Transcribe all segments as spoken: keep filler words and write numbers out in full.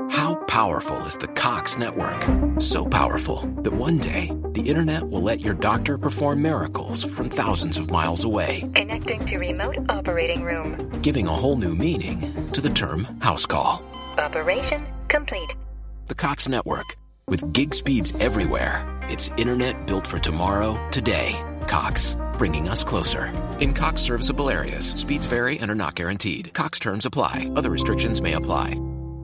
How powerful is the Cox network? So powerful that one day, the internet will let your doctor perform miracles from thousands of miles away. Connecting to remote operating room. Giving a whole new meaning to the term house call. Operation complete. The Cox network. With gig speeds everywhere. It's internet built for tomorrow, today. Cox, bringing us closer. In Cox serviceable areas, speeds vary and are not guaranteed. Cox terms apply. Other restrictions may apply.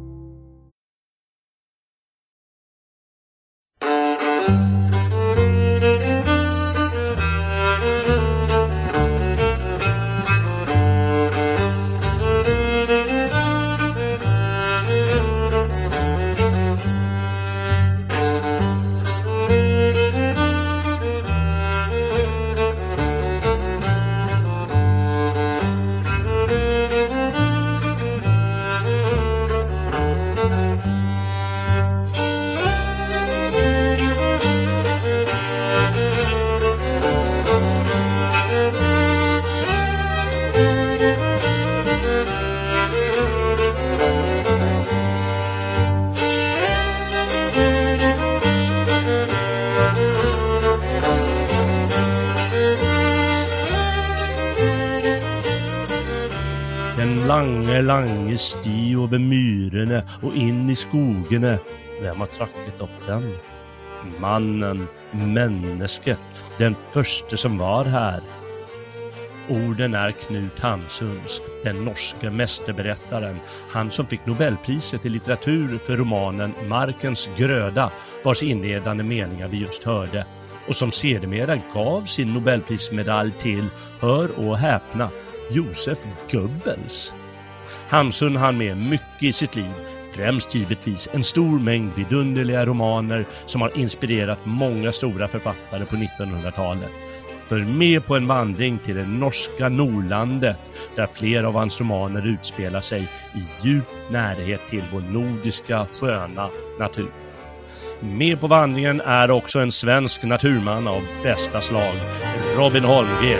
Lange, lange sti over myrene og inn i skogene. Hvem har trakket opp den? Mannen, mennesket, den første som var her. Orden är Knut Hamsuns, den norske mästerberättaren, han som fick Nobelpriset i litteratur för romanen Markens gröda, vars inledande meningar vi just hörde, och som sedermera gav sin Nobelprismedalj till, hör och häpna, Josef Goebbels. Hamsun hann med mycket i sitt liv, främst givetvis en stor mängd vidunderliga romaner som har inspirerat många stora författare på nittonhundratalet. För med på en vandring till det norska Nordlandet, där flera av hans romaner utspelar sig i djup närhet till vår nordiska sköna natur. Med på vandringen är också en svensk naturman av bästa slag, Robin Holmgren.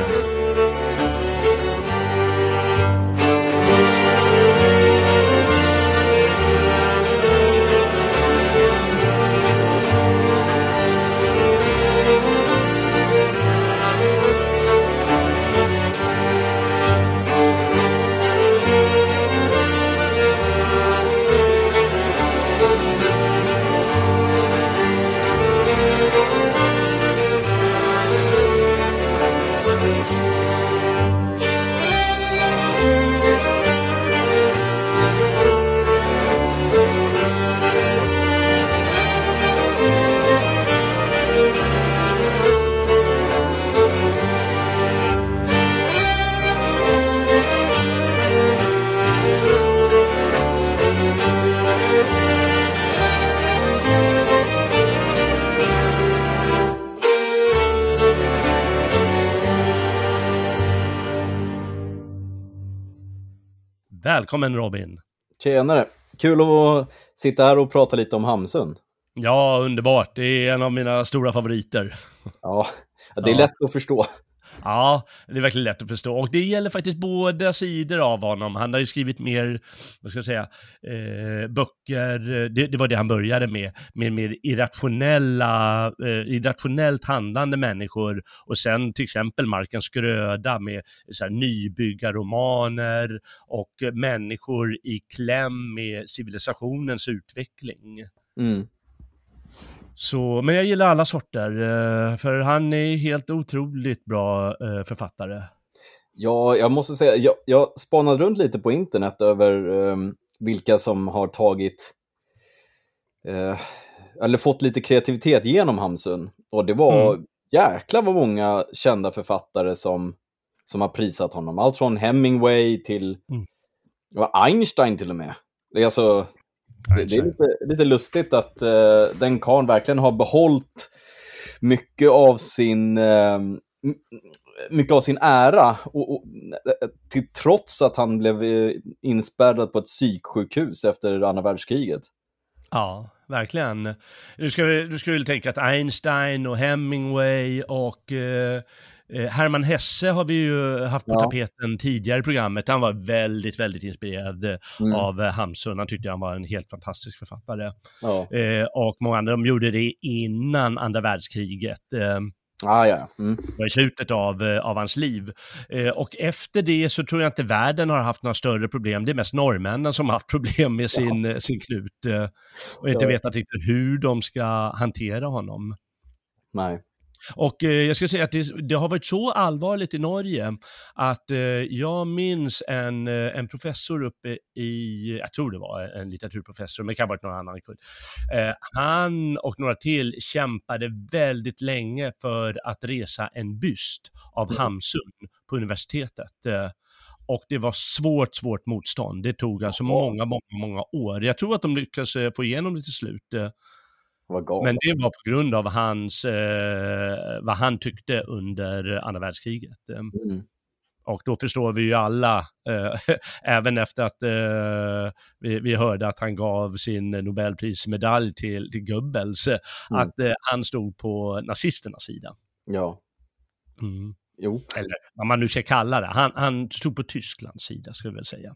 Välkommen Robin. Tjenare. Kul att sitta här och prata lite om Hamsun. Ja, underbart. Det är en av mina stora favoriter. Ja, det är ja. lätt att förstå. Ja, det är verkligen lätt att förstå. Och det gäller faktiskt båda sidor av honom. Han har ju skrivit mer, vad ska jag säga, eh, böcker. Det, det var det han började med. Med mer irrationella, eh, irrationellt handlande människor. Och sen till exempel Markens gröda med så här, nybyggarromaner och människor i kläm med civilisationens utveckling. Mm. Så, men jag gillar alla sorter, för han är helt otroligt bra författare. Ja, jag måste säga, jag, jag spanade runt lite på internet över um, vilka som har tagit, uh, eller fått lite kreativitet genom Hamsun. Och det var mm. jäkla vad många kända författare som, som har prisat honom. Allt från Hemingway till mm. Einstein till och med. Det är alltså... Det, det är lite, lite lustigt att uh, den karln verkligen har behållit mycket av sin uh, mycket av sin ära och, och, till trots att han blev inspärrad på ett psyksjukhus efter andra världskriget. Ja, verkligen. Du ska, du ska väl tänka att Einstein och Hemingway och eh, Hermann Hesse har vi ju haft på Ja. tapeten tidigare i programmet. Han var väldigt, väldigt inspirerad Mm. av Hamsun. Han tyckte han var en helt fantastisk författare. Ja. Eh, och många andra, de gjorde det innan andra världskriget. Eh, Ah, ja. Mm. Det var i slutet av, av hans liv. Eh, och efter det så tror jag inte världen har haft några större problem. Det är mest norrmännen som har haft problem med sin, ja. sin knut. Eh, och inte ja. vetat riktigt hur de ska hantera honom. Nej. Och eh, jag ska säga att det, det har varit så allvarligt i Norge att eh, jag minns en, en professor uppe i, jag tror det var en litteraturprofessor, men det kan ha varit någon annan kund. Eh, han och några till kämpade väldigt länge för att resa en byst av mm. Hamsun på universitetet. Eh, och det var svårt, svårt motstånd. Det tog alltså oh. många, många, många år. Jag tror att de lyckades få igenom det till slut. Eh, Men det var på grund av hans, eh, vad han tyckte under andra världskriget. Mm. Och då förstår vi ju alla, eh, även efter att eh, vi, vi hörde att han gav sin Nobelprismedalj till, till Goebbels, mm. att eh, han stod på nazisternas sida. Ja. Mm. Jo. Eller vad man nu ska kalla det. Han, han stod på Tysklands sida, skulle jag väl säga.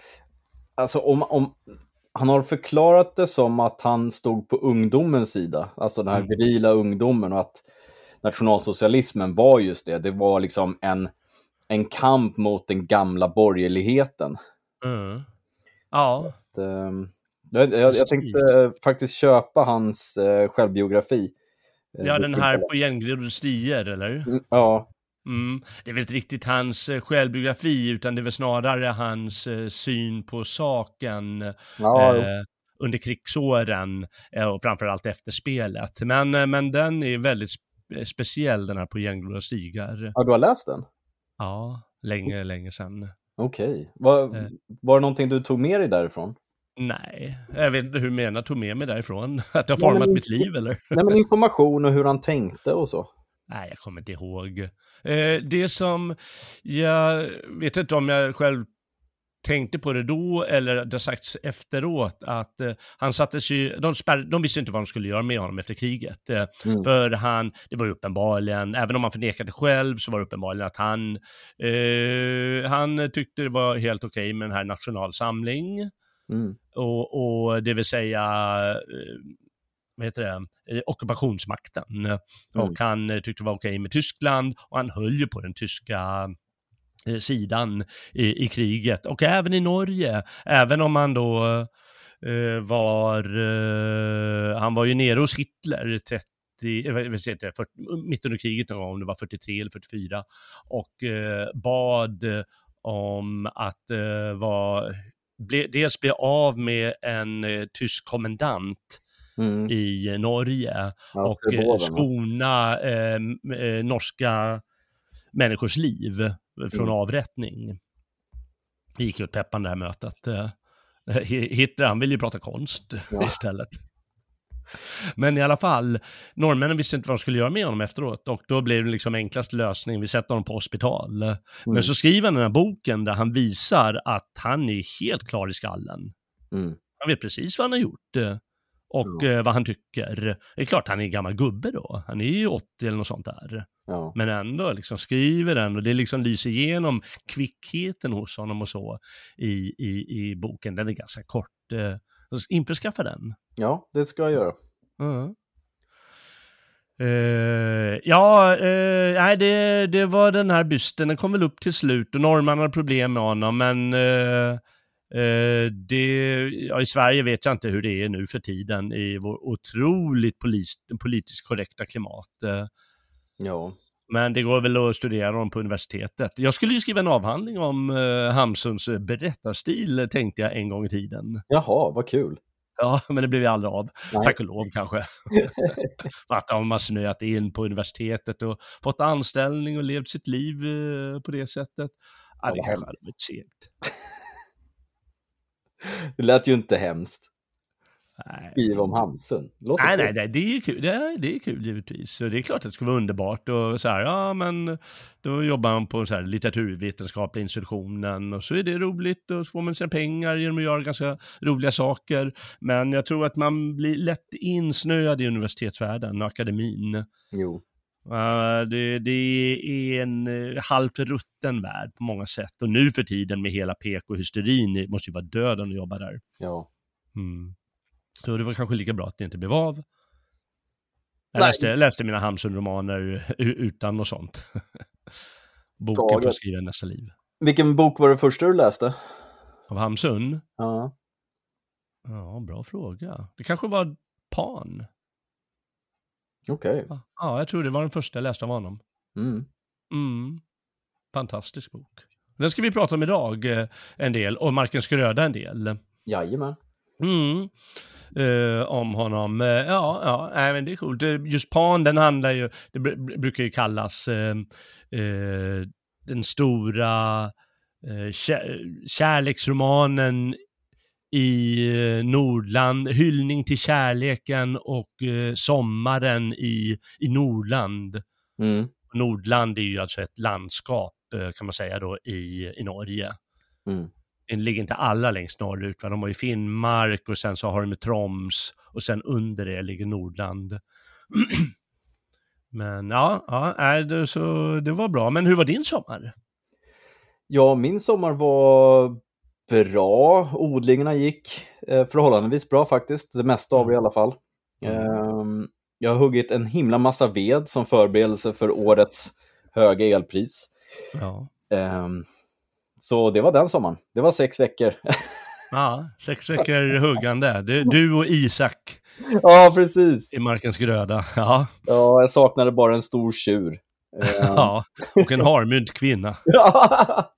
Alltså om... om... Han har förklarat det som att han stod på ungdomens sida, alltså den här mm. virila ungdomen, och att nationalsocialismen var just det. Det var liksom en, en kamp mot den gamla borgerligheten. Mm. Ja. Att, eh, jag, jag, jag tänkte faktiskt köpa hans eh, självbiografi. Ja, den här På järngrodde stier, eller? Mm, ja. Mm. Det är väl inte riktigt hans självbiografi, utan det är väl snarare hans eh, syn på saken ja, eh, under krigsåren eh, och framförallt efter spelet. Men, eh, men den är väldigt spe- speciell, den här På järngrodde stigar. Ja, du har läst den? Ja, länge, länge sedan. Okej. Okay. Var, eh. var det någonting du tog med dig därifrån? Nej, jag vet inte hur du menar tog med mig därifrån. Att det har format nej, men, mitt liv, eller? Nej, men information och hur han tänkte och så. Nej, jag kommer inte ihåg. Eh, det som, jag vet inte om jag själv tänkte på det då eller det har sagts efteråt att eh, han sattes ju, de, spär, de visste inte vad de skulle göra med honom efter kriget. Eh, mm. För han, det var uppenbarligen, även om han förnekade själv så var det uppenbarligen att han, eh, han tyckte det var helt okej med den här nationalsamling. Mm. Och, och det vill säga... Eh, vad heter det, ockupationsmakten. Mm. Och han tyckte det var okej med Tyskland och han höll ju på den tyska eh, sidan i, i kriget. Och även i Norge, även om han då eh, var, eh, han var ju nere hos Hitler trettio, jag vet inte, fyrtio, mitt under kriget någon gång, om det var fyrtiotre eller fyrtiofyra, och eh, bad om att eh, var, ble, dels bli av med en eh, tysk kommandant Mm. i Norge ja, och eh, skona eh, eh, norska människors liv från mm. avrättning. Det gick ju åt peppan det här mötet. Eh, Hitler, han ville ju prata konst ja. istället. Men i alla fall, norrmännen visste inte vad de skulle göra med honom efteråt och då blev det liksom enklast lösning, vi sätter honom på hospital. Mm. Men så skriver han den här boken där han visar att han är helt klar i skallen. Mm. Han vet precis vad han har gjort. Och ja. eh, vad han tycker. Det är klart han är en gammal gubbe då. Han är ju åttio eller något sånt där. Ja. Men ändå liksom skriver den och det liksom lyser igenom kvickheten hos honom och så i, i, i boken. Den är ganska kort. Eh, införskaffa den. Ja, det ska jag göra. Uh-huh. Uh, ja, uh, nej, det, det var den här bysten. Den kom väl upp till slut och norrman hade problem med honom. Men... Uh, Uh, det, ja, i Sverige vet jag inte hur det är nu för tiden i vår otroligt polis, politiskt korrekta klimat. Uh, ja. Men det går väl att studera dem på universitetet. Jag skulle ju skriva en avhandling om uh, Hamsuns berättarstil, tänkte jag en gång i tiden. Jaha, vad kul. Ja, men det blev ju aldrig av. Nej. Tack och lov kanske. För att de har snöat in på universitetet och fått anställning och levt sitt liv uh, på det sättet. Ja, det kanske hade blivit segt. Det lät ju inte hemskt. skriva om Hamsun. Låter nej, nej, nej, det är kul. Det är, det är kul givetvis. Så det är klart att det ska vara underbart. Och så här, ja, men då jobbar man på så här litteraturvetenskapliga institutionen och så är det roligt och så får man sina pengar genom att göra ganska roliga saker. Men jag tror att man blir lätt insnöad i universitetsvärlden och akademin. Jo. Uh, det, det är en uh, halvt rutten värld på många sätt. Och nu för tiden med hela P K-hysterin, det måste ju vara döden att jobba där. Ja. Mm. Så det var kanske lika bra att det inte blev av. Jag läste, läste mina Hamsun-romaner utan och sånt. Boken Taget. för att skriva nästa liv. Vilken bok var det första du läste? Av Hamsun? Ja. Ja, bra fråga. Det kanske var Pan. Okej. Okay. Ja, jag tror det var den första jag läste av honom. Mm. Mm. Fantastisk bok. Den ska vi prata om idag en del. Och Markens gröda en del. Jajamän. Mm. Uh, om honom. Uh, ja, ja, nej, men det är coolt. Just Pan, den handlar ju, det br- brukar ju kallas uh, uh, den stora uh, kär- kärleksromanen i uh, Nordland, hyllning till kärleken och uh, sommaren i, i Nordland. Mm. Nordland är ju alltså ett landskap uh, kan man säga då i, i Norge. Mm. Det ligger inte alla längst norrut, va? De har ju Finnmark och sen så har de med Troms och sen under det ligger Nordland. Men ja, ja det, så det var bra. Men hur var din sommar? Ja, min sommar var bra. Odlingarna gick eh, förhållandevis bra faktiskt. Det mesta av det i alla fall. Mm. Eh, jag har huggit en himla massa ved som förberedelse för årets höga elpris. Ja. Eh, Så det var den sommaren. Det var sex veckor. Ja, sex veckor huggande. Du, du och Isak. Ja, precis. I Markens gröda. Ja, ja jag saknade bara en stor tjur. Ja, och en harmynt kvinna. Ja.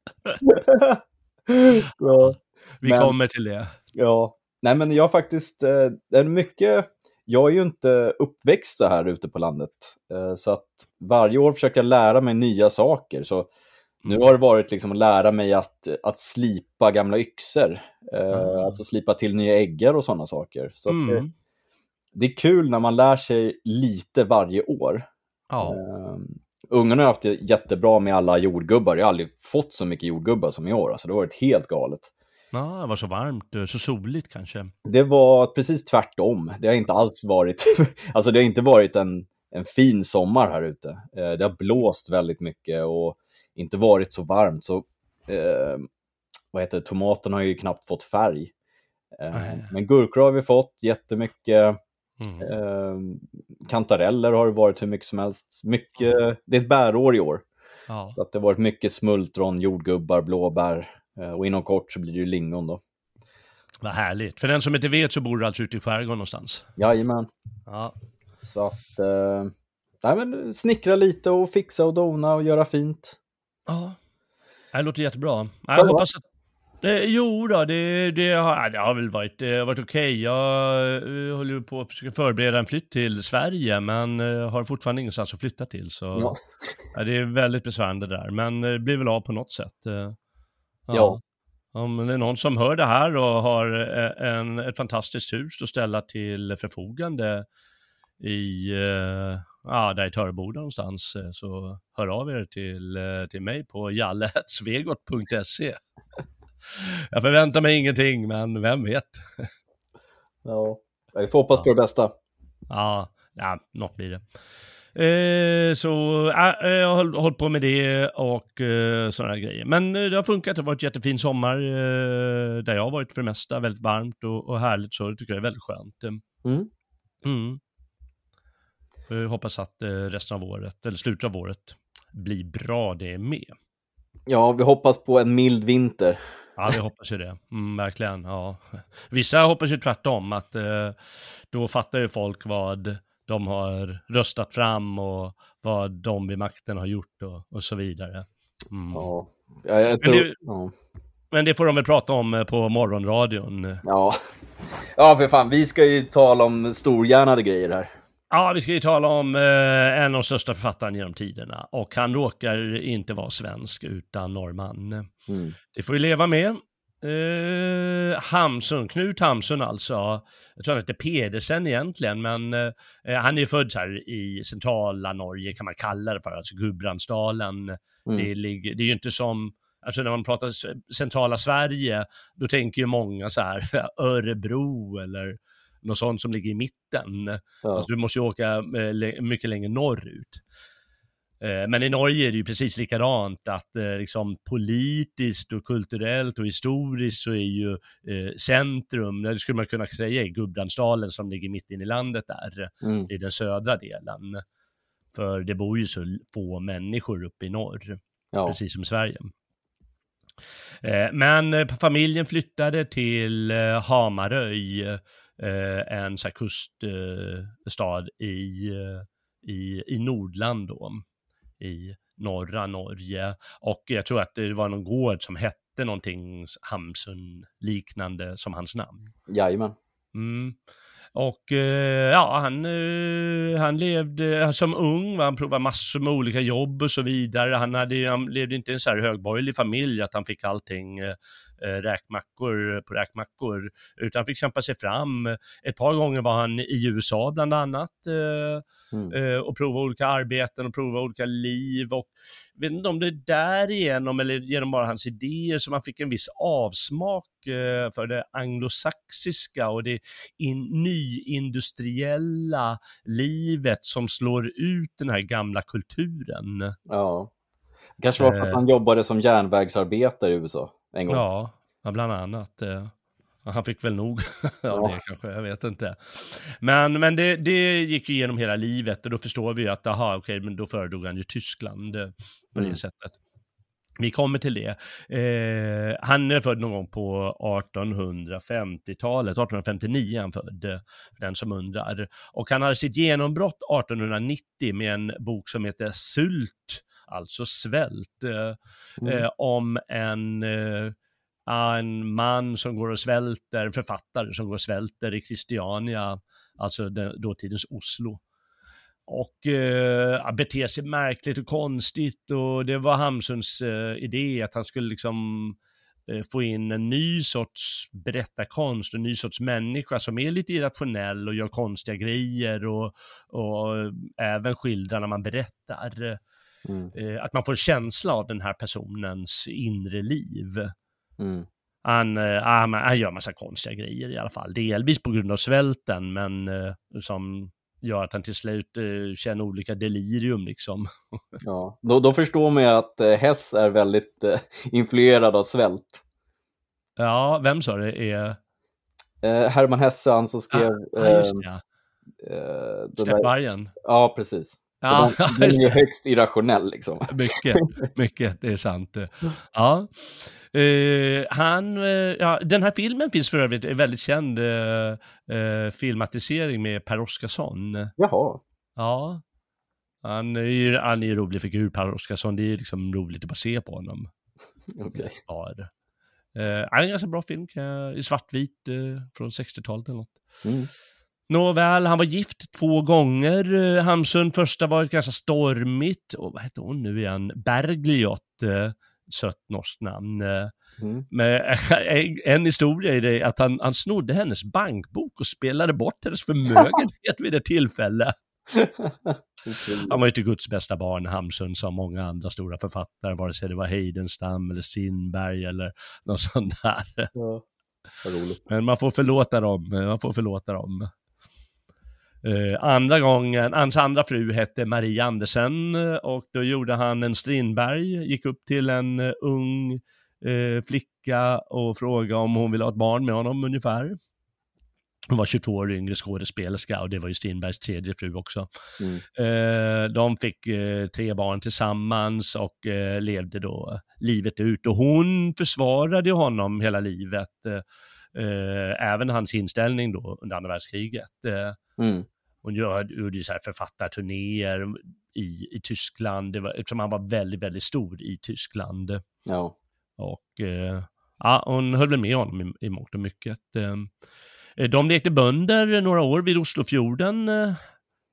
Ja. Vi men, kommer till det. Ja, nej men jag faktiskt, det är mycket, jag är ju inte uppväxt så här ute på landet. Så att varje år försöker jag lära mig nya saker. Så nu har det varit liksom att lära mig att, att slipa gamla yxor. Eh, mm. Alltså slipa till nya äggar och sådana saker. Så mm. det, det är kul när man lär sig lite varje år. Ja. Eh, ungarna har haft det jättebra med alla jordgubbar. Jag har aldrig fått så mycket jordgubbar som i år. Alltså det har varit helt galet. Ja, det var så varmt, så soligt kanske. Det var precis tvärtom. Det har inte alls varit, alltså det har inte varit en, en fin sommar här ute. Eh, det har blåst väldigt mycket och inte varit så varmt, så eh, vad heter det, tomaterna har ju knappt fått färg. Eh, mm. Men gurkor har vi fått jättemycket. Mm. Eh, kantareller har det varit hur mycket som helst. Mycket, mm. Det är ett bärår i år. Ja. Så att det har varit mycket smultron, jordgubbar, blåbär. Eh, och inom kort så blir det ju lingon då. Vad härligt. För den som inte vet så bor du alltså ute i skärgården någonstans. Jajamän. Ja. Så att eh, nej, men snickra lite och fixa och dona och göra fint. Ja, det låter jättebra. Jag hoppas att... Det, jo då, det, det, har, det har väl varit, det har varit okej. Okay. Jag uh, håller på att försöka förbereda en flytt till Sverige, men uh, har fortfarande ingenstans att flytta till. Så ja. Ja, det är väldigt besvärande där, men det uh, blir väl av på något sätt. Uh, ja. ja. Om det är någon som hör det här och har en, ett fantastiskt hus att ställa till förfogande i... Uh, Ja, där i Töreboda någonstans, så hör av er till, till mig på jalle at svegot punkt se. Jag förväntar mig ingenting, men vem vet? Ja, vi får hoppas ja. på det bästa. Ja, ja något blir det. Eh, så äh, jag har hållit på med det och eh, sådana grejer. Men eh, det har funkat, det har varit jättefin sommar eh, där jag har varit för det mesta väldigt varmt och, och härligt, så det tycker jag är väldigt skönt. Mm. Mm. Jag hoppas att resten av året, eller slutet av året, blir bra det med. Ja, vi hoppas på en mild vinter. Ja, vi hoppas ju det. Mm, verkligen, ja. Vissa hoppas ju tvärtom, att eh, då fattar ju folk vad de har röstat fram och vad de vid makten har gjort och, och så vidare. Mm. Ja, jag tror... men, det, ja. men det får de väl prata om på morgonradion. Ja, ja för fan, vi ska ju tala om storhjärnade grejer här. Ja, vi ska ju tala om eh, en av de största författarna genom tiderna. Och han råkar inte vara svensk utan norrman. Mm. Det får vi leva med. Uh, Hamsun, Knut Hamsun alltså. Jag tror han heter Pedersen egentligen, men uh, han är född så här i centrala Norge, kan man kalla det för, alltså Gudbrandsdalen. Mm. Det, ligger, det är ju inte som, alltså när man pratar centrala Sverige, då tänker ju många så här Örebro eller något sånt som ligger i mitten. Ja. Fast du måste ju åka uh, mycket längre norrut. Men i Norge är det ju precis likadant, att eh, liksom politiskt och kulturellt och historiskt så är ju eh, centrum, det skulle man kunna säga, i Gudbrandsdalen som ligger mitt in i landet där, mm. i den södra delen. För det bor ju så få människor uppe i norr, ja. Precis som i Sverige. Eh, men eh, familjen flyttade till eh, Hamaröy, eh, en så här kuststad eh, i, eh, i, i Nordland då. I norra Norge, och jag tror att det var någon gård som hette någonting Hamsun liknande som hans namn. Jajamän. Mm. Och eh, ja, han, eh, han levde som ung, han provade massor med olika jobb och så vidare. Han, hade, han levde inte i en så här högborgerlig familj att han fick allting eh, räkmackor på räkmackor, utan han fick kämpa sig fram. Ett par gånger var han i U S A bland annat eh, mm. eh, och prova olika arbeten och prova olika liv, och vet inte om det är därigenom eller genom bara hans idéer som han fick en viss avsmak eh, för det anglosaxiska och det in, nyindustriella livet som slår ut den här gamla kulturen. Ja, kanske var för att han jobbade som järnvägsarbetare i U S A en gång. Ja, bland annat. Eh, han fick väl nog av ja. det kanske, jag vet inte. Men, men det, det gick ju igenom hela livet, och då förstår vi ju att aha, okej, men då föredrog han ju Tyskland eh, på mm. det sättet. Vi kommer till det. Eh, han är född någon gång på artonhundrafemtiotalet, artonhundrafemtionio är han född, för den som undrar. Och han hade sitt genombrott artonhundranittio med en bok som heter Sult, alltså svält, eh, mm. eh, om en, eh, en man som går och svälter, författare som går och svälter i Christiania, alltså den, dåtidens Oslo. Och eh, beter sig märkligt och konstigt, och det var Hamsuns eh, idé att han skulle liksom eh, få in en ny sorts berättarkonst, en ny sorts människa som är lite irrationell och gör konstiga grejer och, och även skildrar när man berättar. Mm. Eh, att man får känsla av den här personens inre liv. Mm. Han, eh, han gör massa konstiga grejer i alla fall, delvis på grund av svälten, men eh, som gör att han till slut eh, känner olika delirium liksom. Ja, då, då förstår man ju att eh, Hess är väldigt eh, influerad av svält. Ja, vem sa det är? Eh, Hermann Hesse, han som skrev... Ah, just det, ja. Eh, Släppvargen. Ja, precis. Ja, den, den är ju högst irrationell liksom. Mycket, mycket, det är sant. Ja. Uh, han, uh, ja, den här filmen finns för övrigt, en väldigt känd uh, uh, filmatisering med Per Oscarsson. Jaha. Ja. Han är ju han är ju rolig figur, Per Oscarsson. Det är liksom roligt att bara se på honom. Okej. Okay. Uh, han är en ganska bra film, i svartvit uh, från sextiotalet eller något. Mm. Nåväl, han var gift två gånger. Hamsun, första var ett ganska stormigt. Och vad heter hon nu igen? Bergljot, sött norskt namn. Mm. Men en historia är det att han, han snodde hennes bankbok och spelade bort hennes förmögenhet vid ett tillfälle. Han var ju inte Guds bästa barn, Hamsun, som många andra stora författare, vare sig det var Heidenstam eller Strindberg eller något sånt där. Ja, vad roligt. Men man får förlåta dem, man får förlåta dem. Uh, andra gången, hans andra fru hette Marie Andersen, och då gjorde han en Strindberg, gick upp till en uh, ung uh, flicka och frågade om hon ville ha ett barn med honom ungefär. Hon var tjugotvå år yngre skådespelerska, och det var ju Strindbergs tredje fru också. Mm. Uh, de fick uh, tre barn tillsammans och uh, levde då livet ut, och hon försvarade honom hela livet, uh, uh, även hans inställning då under andra världskriget. Uh, mm. Hon gjorde så här författarturnéer i, i Tyskland, det var, eftersom han var väldigt, väldigt stor i Tyskland. Ja. Och eh, ja, hon höll väl med honom i, i mångt och mycket. Eh, de lekte bönder några år vid Oslofjorden.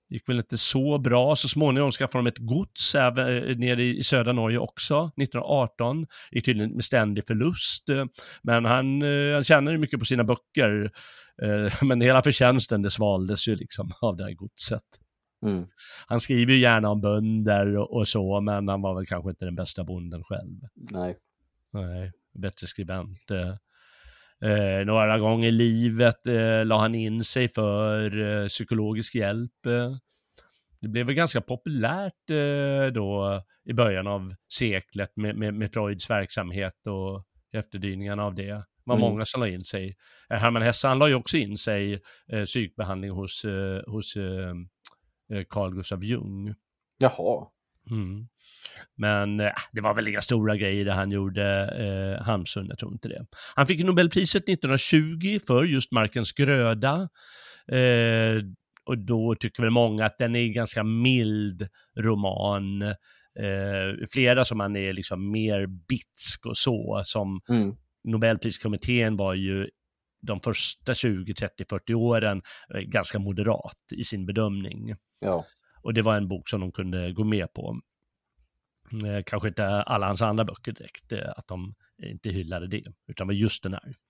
gick väl inte så bra. Så småningom skaffade de ett gods även nere i södra Norge också, nittonhundraarton. Gick tydligen med ständig förlust. Men han, han tjänade mycket på sina böcker. Men hela förtjänsten det svaldes ju liksom av det här godset. Mm. Han skriver ju gärna om bönder och, och så, men han var väl kanske inte den bästa bonden själv. Nej. Nej, bättre skribent. Eh, några gånger i livet eh, la han in sig för eh, psykologisk hjälp. Eh, det blev väl ganska populärt eh, då i början av seklet med, med, med Freuds verksamhet och efterdyningarna av det. Det var mm. många som la in sig. Eh, Hermann Hesse, han la ju också in sig eh, psykbehandling hos, eh, hos eh, Carl Gustav Jung. Jaha. Mm. Men eh, det var väl inga stora grejer det han gjorde, eh, Hamsun, jag tror inte det. Han fick Nobelpriset nittonhundratjugo för just Markens gröda. Eh, och då tycker väl många att den är en ganska mild roman. Eh, flera som han är liksom mer bitsk och så. Som mm. Nobelpriskommittén var ju de första tjugo, trettio, fyrtio åren eh, ganska moderat i sin bedömning. Ja. Och det var en bok som de kunde gå med på. Eh, kanske inte alla hans andra böcker direkt, eh, att de inte hyllade det, utan var just den här.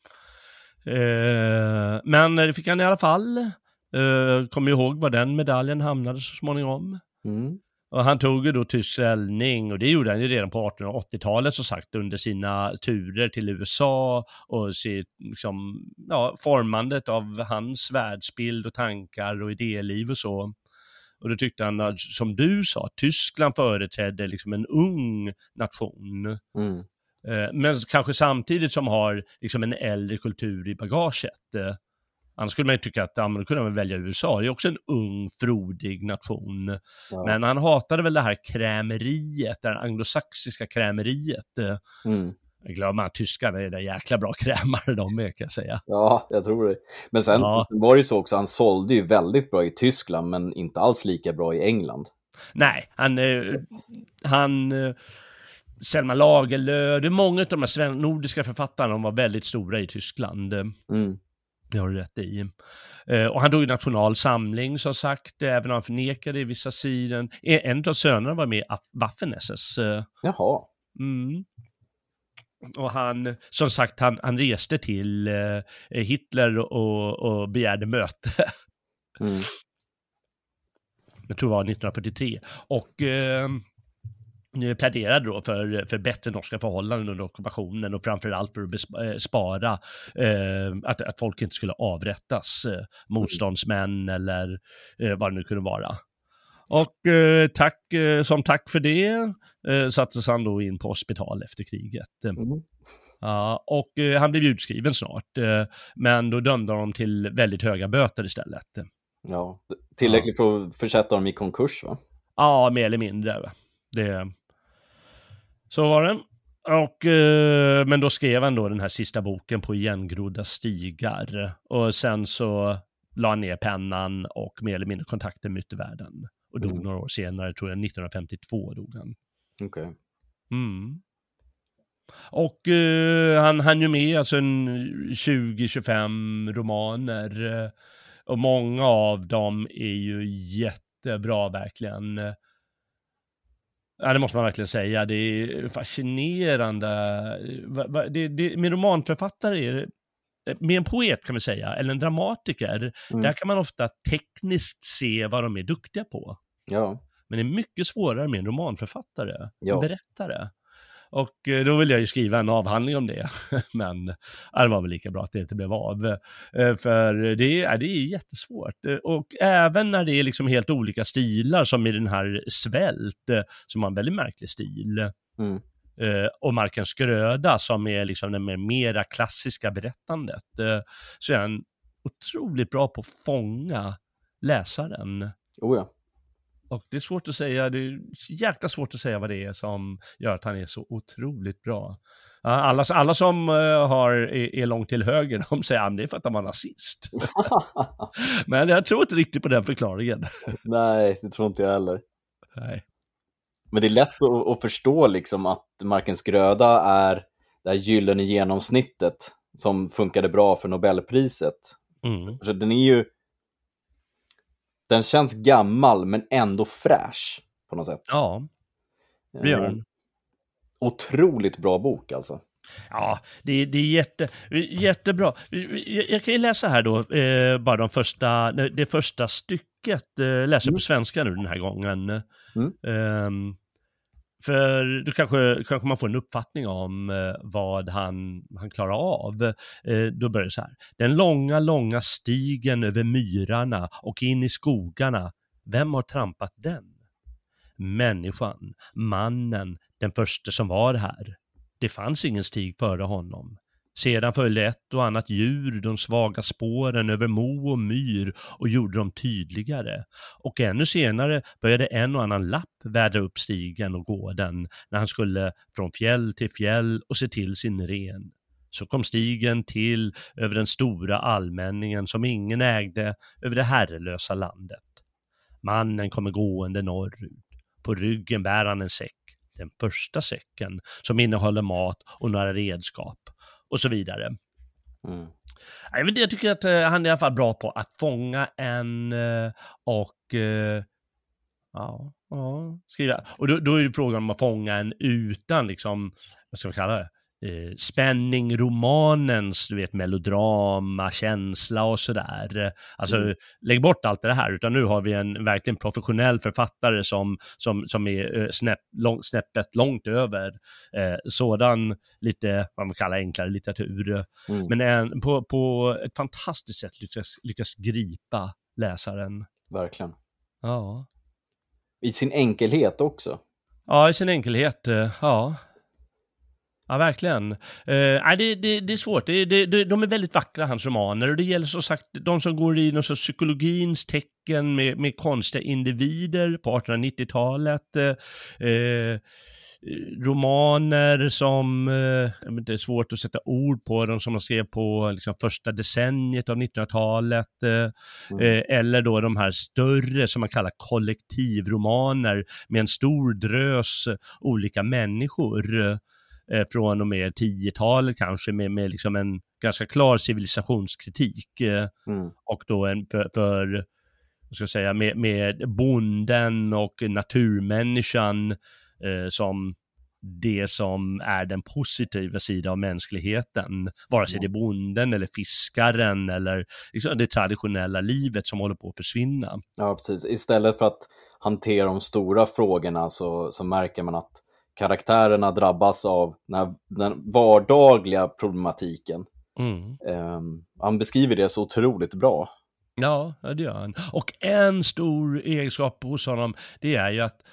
Eh, men det fick han i alla fall. Eh, kom ihåg var den medaljen hamnade så småningom. Mm. Och han tog ju då tysk ställning, och det gjorde han ju redan på artonhundraåttiotalet så sagt, under sina turer till U S A och sitt liksom, ja, formandet av hans världsbild och tankar och idéliv och så. Och då tyckte han, som du sa, Tyskland företrädde liksom en ung nation. Mm. Men kanske samtidigt som har liksom en äldre kultur i bagaget. Annars skulle man ju tycka att ja, man kunde väl välja U S A. Det är också en ung, frodig nation. Ja. Men han hatade väl det här krämeriet, det här anglosaxiska krämeriet. Mm. Jag glömmer att tyskarna är där jäkla bra krämare de är, kan jag säga. Ja, jag tror det. Men sen ja. var det ju så också, han sålde ju väldigt bra i Tyskland, men inte alls lika bra i England. Nej, han... han Selma Lagerlöf, det är många av de här nordiska författarna, de var väldigt stora i Tyskland. Mm. Det har du rätt i. Eh, och han tog ju nationalsamling, som sagt, även om han förnekade i vissa sidor. En av sönerna var med i Waffen-S S. Eh. Jaha. Mm. Och han, som sagt, han, han reste till eh, Hitler och, och begärde möte. Mm. Jag tror det var nittonhundrafyrtiotre. Och... Eh, pläderade då för, för bättre norska förhållanden under ockupationen, och framförallt för att spara eh, att, att folk inte skulle avrättas, eh, motståndsmän eller eh, vad det nu kunde vara. Och eh, tack, eh, som tack för det eh, sattes han då in på hospital efter kriget. Mm. Ja, och eh, han blev utskriven snart, eh, men då dömde de till väldigt höga böter istället. Ja, tillräckligt ja. för att försätta dem i konkurs, va? Ja, mer eller mindre. Det... Så var det. Och, eh, men då skrev han då den här sista boken på igengrodda stigar. Och sen så la han ner pennan och mer eller mindre kontakten med yttervärlden. Och dog mm. några år senare, tror jag, nittonhundrafemtiotvå dog han. Okej. Okay. Mm. Och eh, han hann ju med alltså en tjugo till tjugofem romaner. Eh, och många av dem är ju jättebra, verkligen. Ja, det måste man verkligen säga. Det är fascinerande. Det, det, med romanförfattare är det, med en poet kan man säga, eller en dramatiker, mm. där kan man ofta tekniskt se vad de är duktiga på. Ja. Men det är mycket svårare med en romanförfattare, ja. en berättare. Och då vill jag ju skriva en avhandling om det. Men det var väl lika bra att det inte blev av. För det är, det är jättesvårt. Och även när det är liksom helt olika stilar, som i den här Svält, som har en väldigt märklig stil. Mm. Och Markens gröda, som är liksom det mera klassiska berättandet. Så är han otroligt bra på att fånga läsaren. Oh ja. Och det är svårt att säga, det är jäkla svårt att säga vad det är som gör att han är så otroligt bra. Alla, alla som har, är, är långt till höger, de säger att det är för att han var nazist. Men jag tror inte riktigt på den förklaringen. Nej, det tror inte jag heller. Nej. Men det är lätt att, att förstå liksom att Markens gröda är det här gyllene genomsnittet som funkade bra för Nobelpriset. Mm. Så den är ju den känns gammal men ändå fräsch på något sätt. Ja, det gör den. Otroligt bra bok alltså. Ja, det, det är jätte, jättebra. Jag, jag kan ju läsa här då, eh, bara de första, det första stycket, eh, läser mm. på svenska nu den här gången. Mm. Um, för då kanske, kanske man får en uppfattning om eh, vad han, han klarar av. Eh, då börjar det så här. Den långa, långa stigen över myrarna och in i skogarna. Vem har trampat den? Människan, mannen, den första som var här. Det fanns ingen stig före honom. Sedan följde ett och annat djur de svaga spåren över mo och myr och gjorde dem tydligare. Och ännu senare började en och annan lapp vädra upp stigen och gå den när han skulle från fjäll till fjäll och se till sin ren. Så kom stigen till över den stora allmänningen som ingen ägde över det herrelösa landet. Mannen kommer gående norrut. På ryggen bär han en säck. Den första säcken som innehåller mat och några redskap och så vidare. Mm. Jag, vet, jag tycker att uh, han är i alla fall bra på att fånga en uh, och uh, ja, ja, skriva. Och då, då är det frågan om att fånga en utan liksom, vad ska man kalla det? Eh, spänning, romanens, du vet, melodrama, känsla och sådär. Alltså mm. lägg bort allt det här, utan nu har vi en verkligen professionell författare som, som, som är eh, snäpp, lång, snäppet långt över eh, sådan lite, vad man kallar enklare litteratur. Mm. Men en, på, på ett fantastiskt sätt lyckas, lyckas gripa läsaren. Verkligen. Ja. I sin enkelhet också. Ja, i sin enkelhet, eh, ja. Ja, verkligen. Uh, nej, det, det, det är svårt. Det, det, det, de är väldigt vackra, hans romaner. Och det gäller så sagt de som går i någon sorts psykologins tecken med, med konstiga individer på artonhundranittiotalet. Uh, uh, romaner som, uh, det är svårt att sätta ord på, de som man skrev på liksom, första decenniet av nittonhundratalet. Uh, mm. uh, eller då de här större som man kallar kollektivromaner med en stor drös olika människor. Från och med tiotalet kanske med, med liksom en ganska klar civilisationskritik mm. och då en för, för vad ska jag säga, med, med bonden och naturmänniskan eh, som det som är den positiva sidan av mänskligheten, vare sig det är bonden eller fiskaren eller liksom det traditionella livet som håller på att försvinna. Ja, precis. Istället för att hantera de stora frågorna så, så märker man att karaktärerna drabbas av den, här, den vardagliga problematiken. Mm. Um, han beskriver det så otroligt bra. Ja, det gör han. Och en stor egenskap hos honom, det är ju att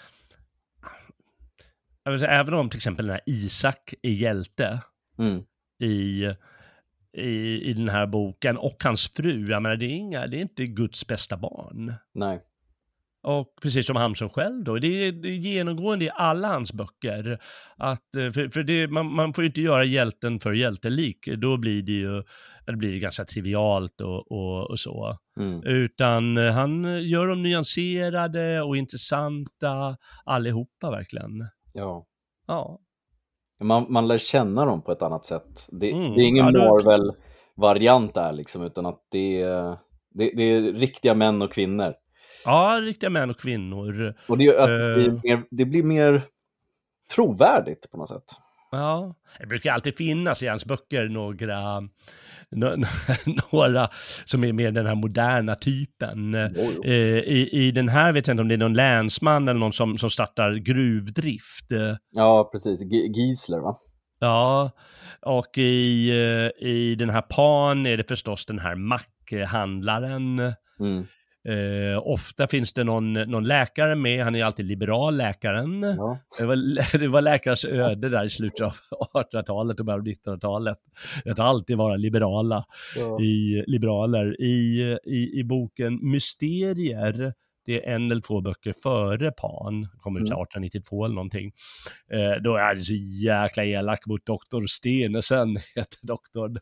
jag vill säga, även om till exempel den här Isak är hjälte mm. i, i, i den här boken och hans fru, jag menar, det är, inga, det är inte Guds bästa barn. Nej. Och precis som Hamsun själv då, det är, det är genomgående i alla hans böcker att, för, för det, man, man får ju inte göra hjälten för hjältelik, då blir det ju det blir ganska trivialt och, och, och så. Mm. Utan han gör dem nyanserade och intressanta allihopa verkligen. Ja. Ja. Man, man lär känna dem på ett annat sätt. Det, mm. det är ingen ja, Marvel-variant där liksom, utan att det är, det, det är riktiga män och kvinnor. Ja, riktiga män och kvinnor. Och det, att uh, det, blir mer, det blir mer trovärdigt på något sätt. Ja, det brukar alltid finnas i hans böcker några, no, några som är mer den här moderna typen. Jo, jo. I, I den här vet jag inte om det är någon länsman eller någon som, som startar gruvdrift. Ja, precis. G- Giesler, va? Ja, och i, i den här Pan är det förstås den här mackhandlaren. Mm. Uh, ofta finns det någon, någon läkare med, han är alltid liberal, läkaren. Ja. Det, var, det var läkarens öde där i slutet av artonhundratalet och början av nittonhundratalet. Att alltid vara liberala ja. i, liberaler. I, i, I boken Mysterier, det är en eller två böcker före Pan, kommer ut mm. artonhundranittiotvå eller någonting. Uh, då är det så jäkla elak mot doktor Stenesen, heter doktorn.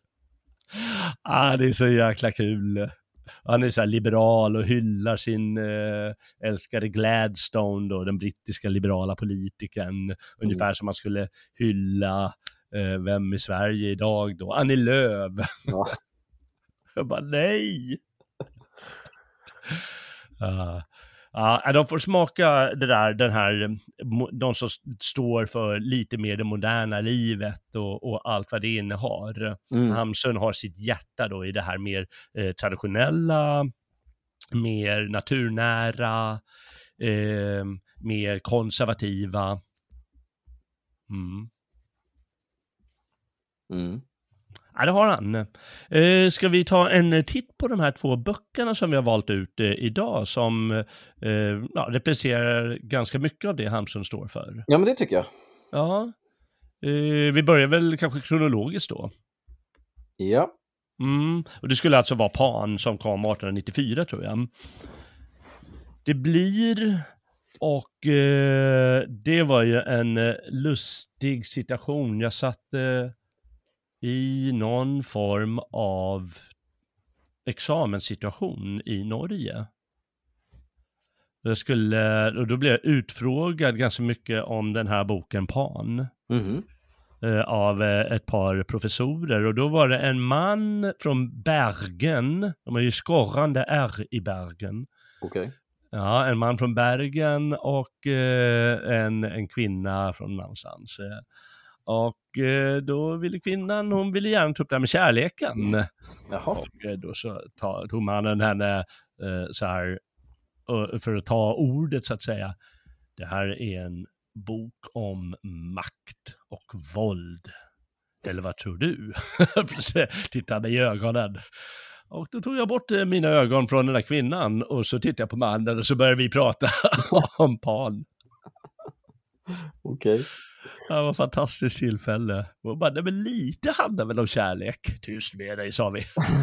Ah, det är så jäkla kul. Han är så här liberal och hyllar sin äh, älskade Gladstone då, den brittiska liberala politikern. Mm. Ungefär som man skulle hylla äh, vem i Sverige idag då? Annie Lööf. Ja. Jag bara nej. Uh, ja, de får smaka det där, den här, de som står för lite mer det moderna livet och, och allt vad det innehar. Mm. Hamsun har sitt hjärta då i det här mer eh, traditionella, mer naturnära, eh, mer konservativa. Mm. Mm. Ja, det har han. Eh, ska vi ta en titt på de här två böckerna som vi har valt ut eh, idag som eh, ja, representerar ganska mycket av det Hamsun står för? Ja, men det tycker jag. Ja. Eh, vi börjar väl kanske kronologiskt då. Ja. Mm. Och det skulle alltså vara Pan som kom arton nittiofyra tror jag. Det blir... Och eh, det var ju en eh, lustig situation. Jag satt eh, i någon form av examenssituation i Norge. Jag skulle, och då blev jag utfrågad ganska mycket om den här boken Pan. Mm-hmm. eh, av eh, ett par professorer. Och då var det en man från Bergen. De har ju skorrande R i Bergen. Okej. Okay. Ja, en man från Bergen och eh, en, en kvinna från någonstans. Och eh, då ville kvinnan, hon ville gärna ta upp det här med kärleken. Jaha. Och eh, då så ta, tog mannen henne eh, så här, uh, för att ta ordet så att säga. Det här är en bok om makt och våld. Eller vad tror du? Titta mig i ögonen. Och då tog jag bort mina ögon från den där kvinnan och så tittade jag på mannen och så började vi prata om Pan. Okej. Okay. Det var ett fantastiskt tillfälle. Och bara, men lite handlar väl om kärlek. Tyst med dig, sa vi.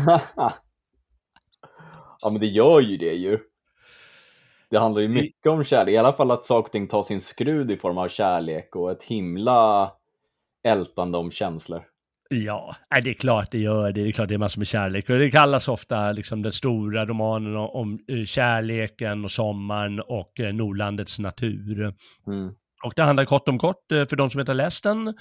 Ja, men det gör ju det ju. Det handlar ju mycket om kärlek. I alla fall att saker och ting tar sin skrud i form av kärlek och ett himla ältande om känslor. Ja, det är klart det gör det. Det är klart det är massor med kärlek. Och det kallas ofta liksom den stora romanen om kärleken och sommaren och Nordlandets natur. Mm. Och det handlar kort om kort, för de som inte har läst den,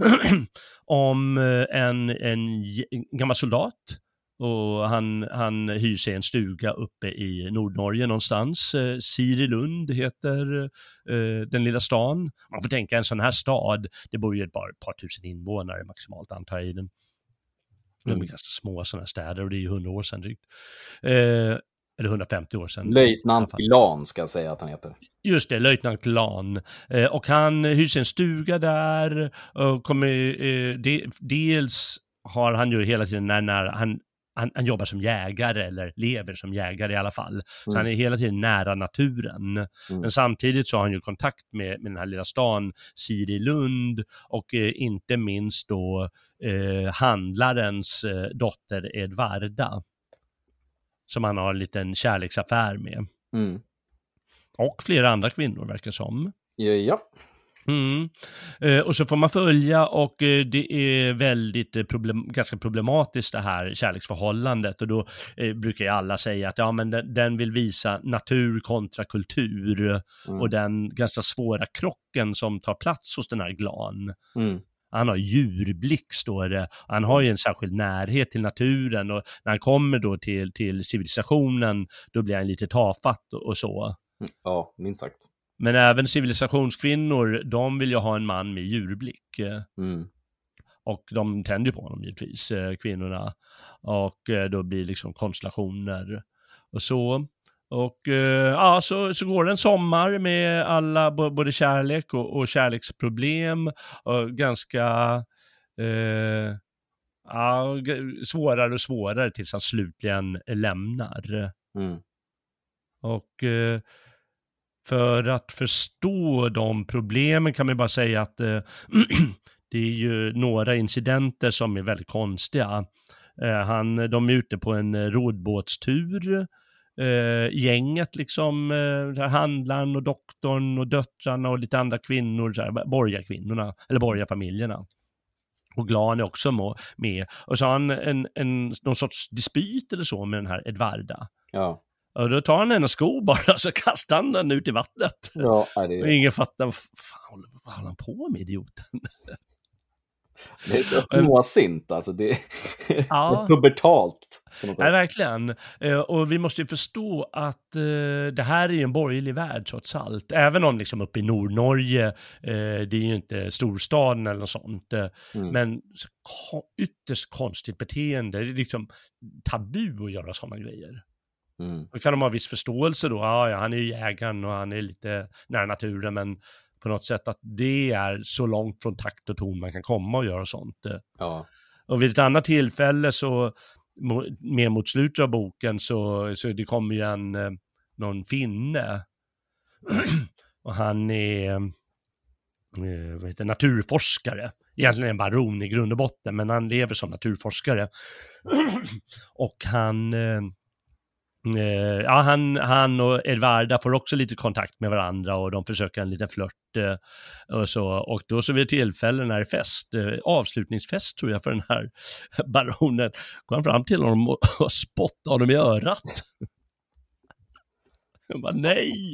om en, en gammal soldat. Och han, han hyr sig en stuga uppe i Nordnorge någonstans. Sirilund heter eh, den lilla stan. Man får tänka en sån här stad, det bor ju bara ett par tusen invånare maximalt antar jag i den. De är mm. ganska små sådana städer och det är ju hundra år sedan drygt. Eh, eller hundrafemtio år sedan. Löjtnant Lan ska jag säga att han heter. Just det, löjtnant Lan. Eh, och han hyr sig en stuga där. Och kommer, eh, de, dels har han ju hela tiden när, när han Han, han jobbar som jägare eller lever som jägare i alla fall. Så mm. han är hela tiden nära naturen. Mm. Men samtidigt så har han ju kontakt med, med den här lilla stan Sirilund och eh, inte minst då eh, handlarens eh, dotter Edvarda. Som han har en liten kärleksaffär med. Mm. Och flera andra kvinnor verkar som. Ja, ja. Mm. Eh, och så får man följa och eh, det är väldigt eh, problem, ganska problematiskt det här kärleksförhållandet och då eh, brukar ju alla säga att ja, men den, den vill visa natur kontra kultur mm. och den ganska svåra krocken som tar plats hos den här Glan. Mm. Han har djurblick står det. Han har ju en särskild närhet till naturen och när han kommer då till, till civilisationen då blir han lite tafatt och, och så. Ja, minst sagt. Men även civilisationskvinnor, de vill ju ha en man med djurblick. Mm. Och de tänder på honom givetvis, kvinnorna. Och då blir liksom konstellationer och så. Och ja, så, så går det en sommar med alla, både kärlek och, och kärleksproblem. Och ganska eh, ja, svårare och svårare tills han slutligen lämnar. Mm. Och... Eh, För att förstå de problemen kan man bara säga att eh, det är ju några incidenter som är väldigt konstiga. Eh, han, de är ute på en rodbåtstur. Eh, gänget liksom, eh, handlaren och doktorn och döttrarna och lite andra kvinnor, så här, borgarkvinnorna, eller borgarfamiljerna. Och Glan är också med. Och så har han en, en, någon sorts dispyt eller så med den här Edvarda. Ja. Och då tar han en sko bara och så kastar han den ut i vattnet. Ja, det är... Och ingen fattar, vad fan vad håller han på med, idioten? Det är småsint, alltså. Det är, Ja. det är pubertalt. Ja, verkligen. Och vi måste ju förstå att det här är en borgerlig värld trots allt. Även om liksom uppe i Nordnorge, det är ju inte storstaden eller något sånt. Mm. Men ytterst konstigt beteende. Det är liksom tabu att göra sådana grejer. Mm. Då kan de ha viss förståelse då. Ja, ja, han är ju jägaren och han är lite nära naturen, men på något sätt att det är så långt från takt och ton man kan komma och göra sånt. Ja. Och vid ett annat tillfälle så, mer mot slutet av boken, så, så det kommer ju en någon finne och han är vad heter, naturforskare. Egentligen en baron i grund och botten, men han lever som naturforskare. Och han Ja, han, han och Edvarda får också lite kontakt med varandra och de försöker en liten flört och så. Och då så vid tillfällen när det är fest, avslutningsfest tror jag för den här baronen, går han fram till honom och, och spottar honom i örat. Jag bara, nej!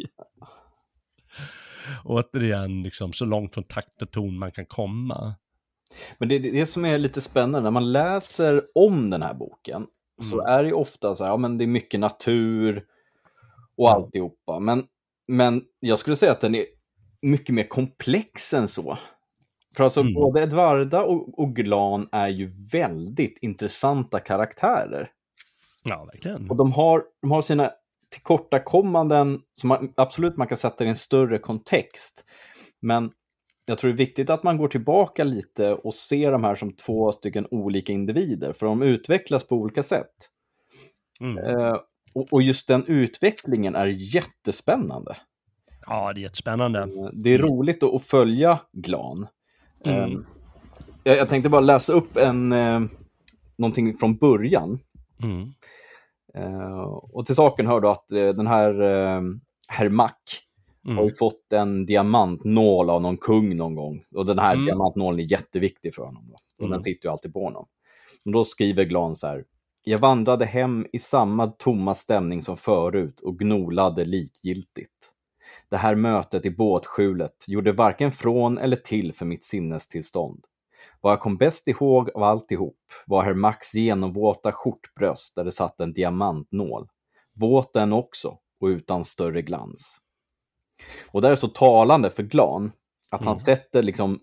Återigen, liksom, så långt från takt och ton man kan komma. Men det, det som är lite spännande, när man läser om den här boken, så mm. är det ju ofta så här, ja men det är mycket natur och alltihopa. Men, men jag skulle säga att den är mycket mer komplex än så. För alltså mm. både Edvarda och, och Glan är ju väldigt intressanta karaktärer. Ja, verkligen. Och de har, de har sina tillkortakommanden som man, absolut man kan sätta i en större kontext. Men jag tror det är viktigt att man går tillbaka lite och ser de här som två stycken olika individer. För de utvecklas på olika sätt. Mm. Eh, och, och just den utvecklingen är jättespännande. Ja, det är jättespännande. Eh, det är mm. roligt att, att följa Glan. Eh, mm. jag, jag tänkte bara läsa upp en, eh, någonting från början. Mm. Eh, och till saken hör då att eh, den här eh, Herr Mack Mm. har ju fått en diamantnål av någon kung någon gång. Och den här mm. diamantnålen är jätteviktig för honom. Då. Och mm. den sitter ju alltid på honom. Och då skriver Glan så här: jag vandrade hem i samma tomma stämning som förut och gnolade likgiltigt. Det här mötet i båtskjulet gjorde varken från eller till för mitt sinnestillstånd. Vad jag kom bäst ihåg av alltihop var Herr Max genomvåta skjortbröst där det satt en diamantnål. Våten också och utan större glans. Och det är så talande för Glan att mm. han sätter liksom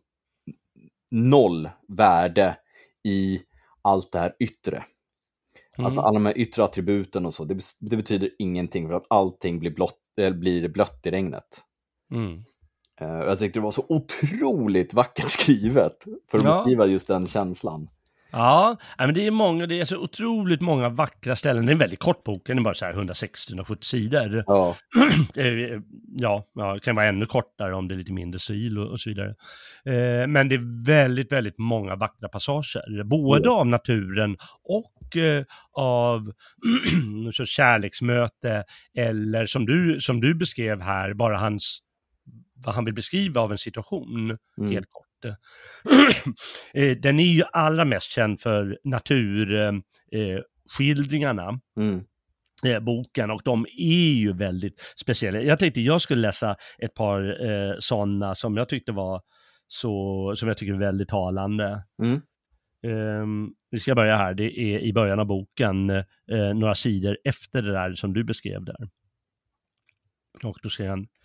noll värde i allt det här yttre. Mm. Att alla de här yttre attributen och så, det, det betyder ingenting för att allting blir, blott, eller blir blött i regnet. Mm. Uh, jag tyckte det var så otroligt vackert skrivet för att ja. beskriva just den känslan. Ja, men det är många, det är så otroligt många vackra ställen. Det är en väldigt kort bok, den är bara så här hundrasextio till hundrasjuttio sidor. Ja. ja, ja, det kan vara ännu kortare om det är lite mindre stil och, och så vidare. Eh, men det är väldigt, väldigt många vackra passager. Både ja. av naturen och eh, av så kärleksmöte eller som du, som du beskrev här, bara hans, vad han vill beskriva av en situation, mm. helt kort. Den är ju allra mest känd för naturskildringarna, mm. boken, och de är ju väldigt speciella. Jag tänkte jag skulle läsa ett par eh, sådana som jag tyckte var så, som jag tycker är väldigt talande. Mm. Um, vi ska börja här, det är i början av boken, eh, några sidor efter det där som du beskrev där. Och då ser han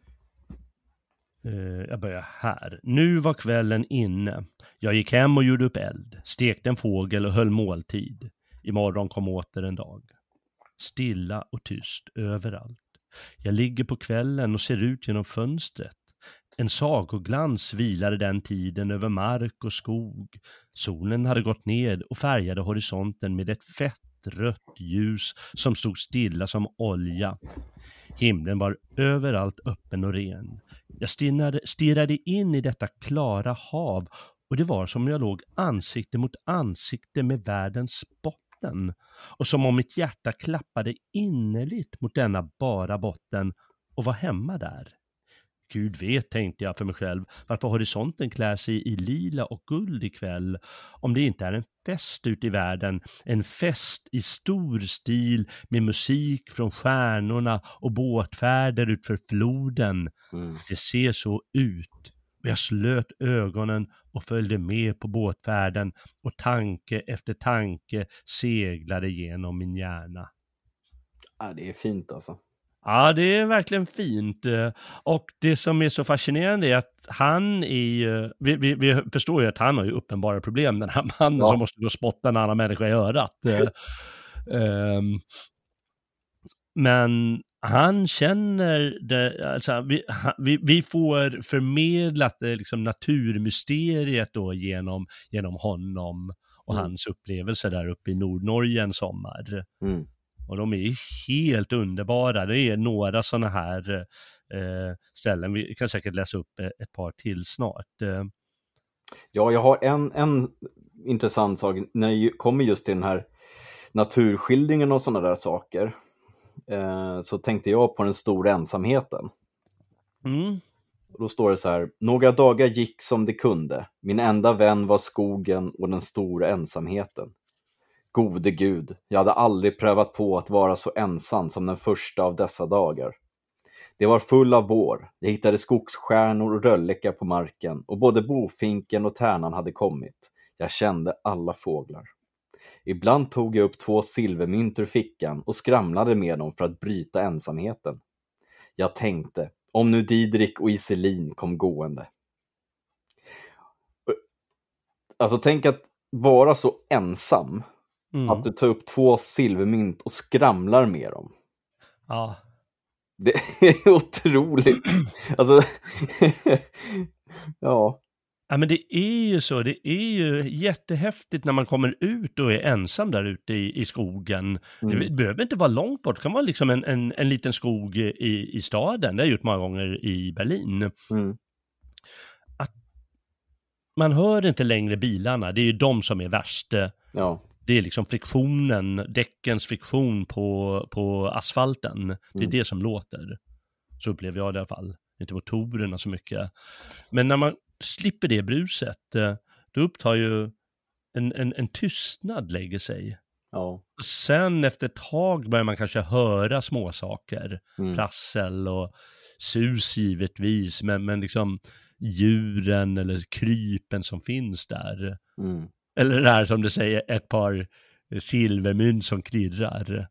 Uh, jag börjar här. Nu var kvällen inne. Jag gick hem och gjorde upp eld. Stekte en fågel och höll måltid. Imorgon kom åter en dag. Stilla och tyst överallt. Jag ligger på kvällen och ser ut genom fönstret. En sagoglans vilade den tiden över mark och skog. Solen hade gått ned och färgade horisonten med ett fett rött ljus som stod stilla som olja. Himlen var överallt öppen och ren. Jag stirrade, stirrade in i detta klara hav och det var som jag låg ansikte mot ansikte med världens botten. Och som om mitt hjärta klappade innerligt mot denna bara botten och var hemma där. Gud vet, tänkte jag för mig själv, varför horisonten klär sig i lila och guld ikväll, om det inte är en fest ute i världen, en fest i stor stil med musik från stjärnorna och båtfärder utför floden. Mm. Det ser så ut. Och jag slöt ögonen och följde med på båtfärden och tanke efter tanke seglade genom min hjärna. Ja, det är fint alltså. Ja, det är verkligen fint. Och det som är så fascinerande är att han är, vi, vi, vi förstår ju att han har ju uppenbara problem, den här mannen ja. som måste gå och spotta en annan människa i örat. um, men han känner det, alltså, vi, vi, vi får förmedlat det liksom naturmysteriet då genom, genom honom och mm. hans upplevelser där uppe i Nordnorge en sommar. Mm. Och de är helt underbara. Det är några sådana här eh, ställen. Vi kan säkert läsa upp ett par till snart. Eh. Ja, jag har en, en intressant sak. När det kommer just till den här naturskildringen och sådana där saker. Eh, så tänkte jag på den stora ensamheten. Mm. Då står det så här. Några dagar gick som det kunde. Min enda vän var skogen och den stora ensamheten. Gode Gud, jag hade aldrig prövat på att vara så ensam som den första av dessa dagar. Det var full av vår. Jag hittade skogsstjärnor och rölleka på marken och både bofinken och tärnan hade kommit. Jag kände alla fåglar. Ibland tog jag upp två silvermynt ur fickan och skramlade med dem för att bryta ensamheten. Jag tänkte, om nu Didrik och Iselin kom gående. Alltså tänk att vara så ensam. Mm. Att du tar upp två silvermynt och skramlar med dem. Ja. Det är otroligt. Alltså, ja. Ja, men det är ju så. Det är ju jättehäftigt när man kommer ut och är ensam där ute i, i skogen. Mm. Det behöver inte vara långt bort. Det kan vara liksom en, en, en liten skog i, i staden. Det har jag gjort många gånger i Berlin. Mm. Att man hör inte längre bilarna. Det är ju de som är värst. Ja. Det är liksom friktionen, däckens friktion på, på asfalten. Det är mm. det som låter. Så upplever jag det i alla fall. Inte motorerna så mycket. Men när man slipper det bruset, då upptar ju en, en, en tystnad lägger sig. Ja. Sen efter ett tag börjar man kanske höra små saker. Mm. Prassel och sus givetvis. Men, men liksom djuren eller krypen som finns där. Mm. Eller det här som du säger, ett par silvermynt som klirrar.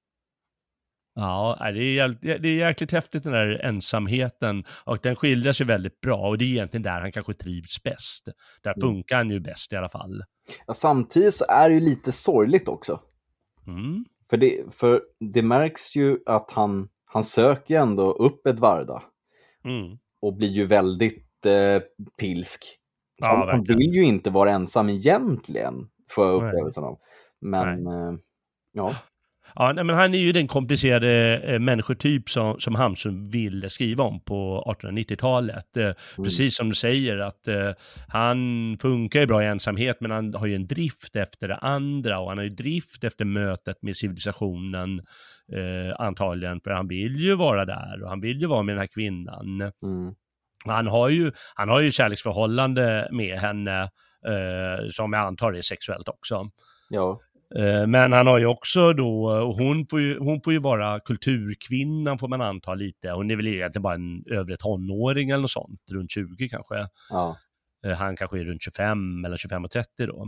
Ja, det är, jävligt, det är jäkligt häftigt den där ensamheten. Och den skildrar sig väldigt bra. Och det är egentligen där han kanske trivs bäst. Där mm. funkar han ju bäst i alla fall. Ja, samtidigt så är det ju lite sorgligt också. Mm. För, det, för det märks ju att han, han söker ändå upp Edvarda. Mm. Och blir ju väldigt eh, pilsk. Så ja, han vill ju inte vara ensam egentligen för upplevelsen av. Men eh, ja. Ja, nej, men han är ju den komplicerade eh, människotyp som, som Hamsun ville skriva om på artonhundranittiotalet. Eh, mm. Precis som du säger att eh, han funkar ju bra i ensamhet, men han har ju en drift efter det andra och han har ju drift efter mötet med civilisationen eh, antagligen, för han vill ju vara där och han vill ju vara med den här kvinnan. Mm. Han har ju, han har ju kärleksförhållande med henne eh, som jag antar är sexuellt också. Ja. Eh, men han har ju också då, och hon får ju, hon får ju vara kulturkvinnan får man anta lite. Hon är väl egentligen bara en övre tonåring eller något sånt, runt tjugo kanske. Ja. Eh, han kanske är runt tjugofem, mellan tjugofem och trettio då.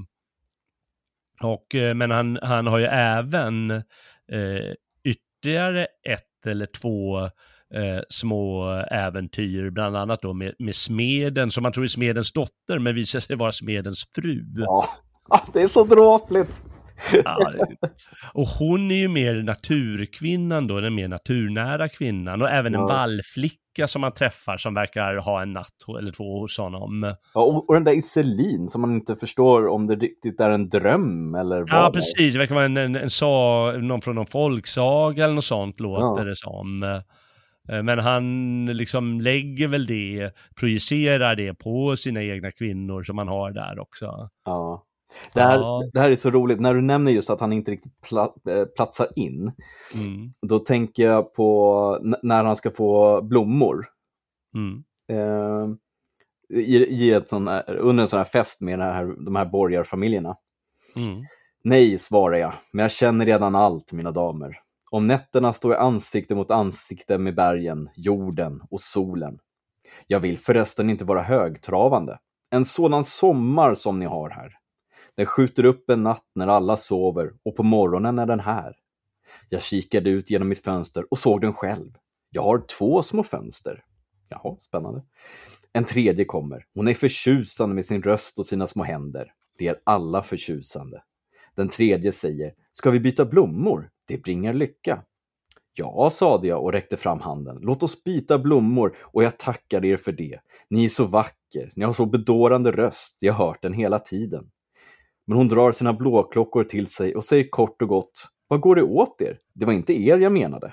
Och, eh, men han, han har ju även eh, ytterligare ett eller två Eh, små äventyr, bland annat då med, med smeden som man tror är smedens dotter men visar sig vara smedens fru. Ja, det är så dråpligt. Ja, och hon är ju mer naturkvinnan då, den mer naturnära kvinnan och även ja. en vallflicka som man träffar som verkar ha en natt eller två hos honom. Ja, och, och den där Iselin som man inte förstår om det riktigt är en dröm eller vad. Ja, precis. Det verkar vara en, en, en sa, någon från någon folksaga eller något sånt låter ja. det som. Men han liksom lägger väl det, projicerar det på sina egna kvinnor som han har där också. Ja, det här, ja. det här är så roligt. När du nämner just att han inte riktigt pla- platsar in, mm. då tänker jag på n- när han ska få blommor. Mm. Eh, i, i ett sån här, under en sån här fest med den här, de här borgarfamiljerna. Mm. Nej, svarar jag, men jag känner redan allt, mina damer. Om nätterna står jag ansikte mot ansikte med bergen, jorden och solen. Jag vill förresten inte vara högtravande. En sådan sommar som ni har här. Den skjuter upp en natt när alla sover och på morgonen är den här. Jag kikade ut genom mitt fönster och såg den själv. Jag har två små fönster. Jaha, spännande. En tredje kommer. Hon är förtjusande med sin röst och sina små händer. Det är alla förtjusande. Den tredje säger, ska vi byta blommor? Det bringar lycka. Ja, sade jag och räckte fram handen. Låt oss byta blommor och jag tackar er för det. Ni är så vacker, ni har så bedårande röst. Jag har hört den hela tiden. Men hon drar sina blåklockor till sig och säger kort och gott, vad går det åt er? Det var inte er jag menade.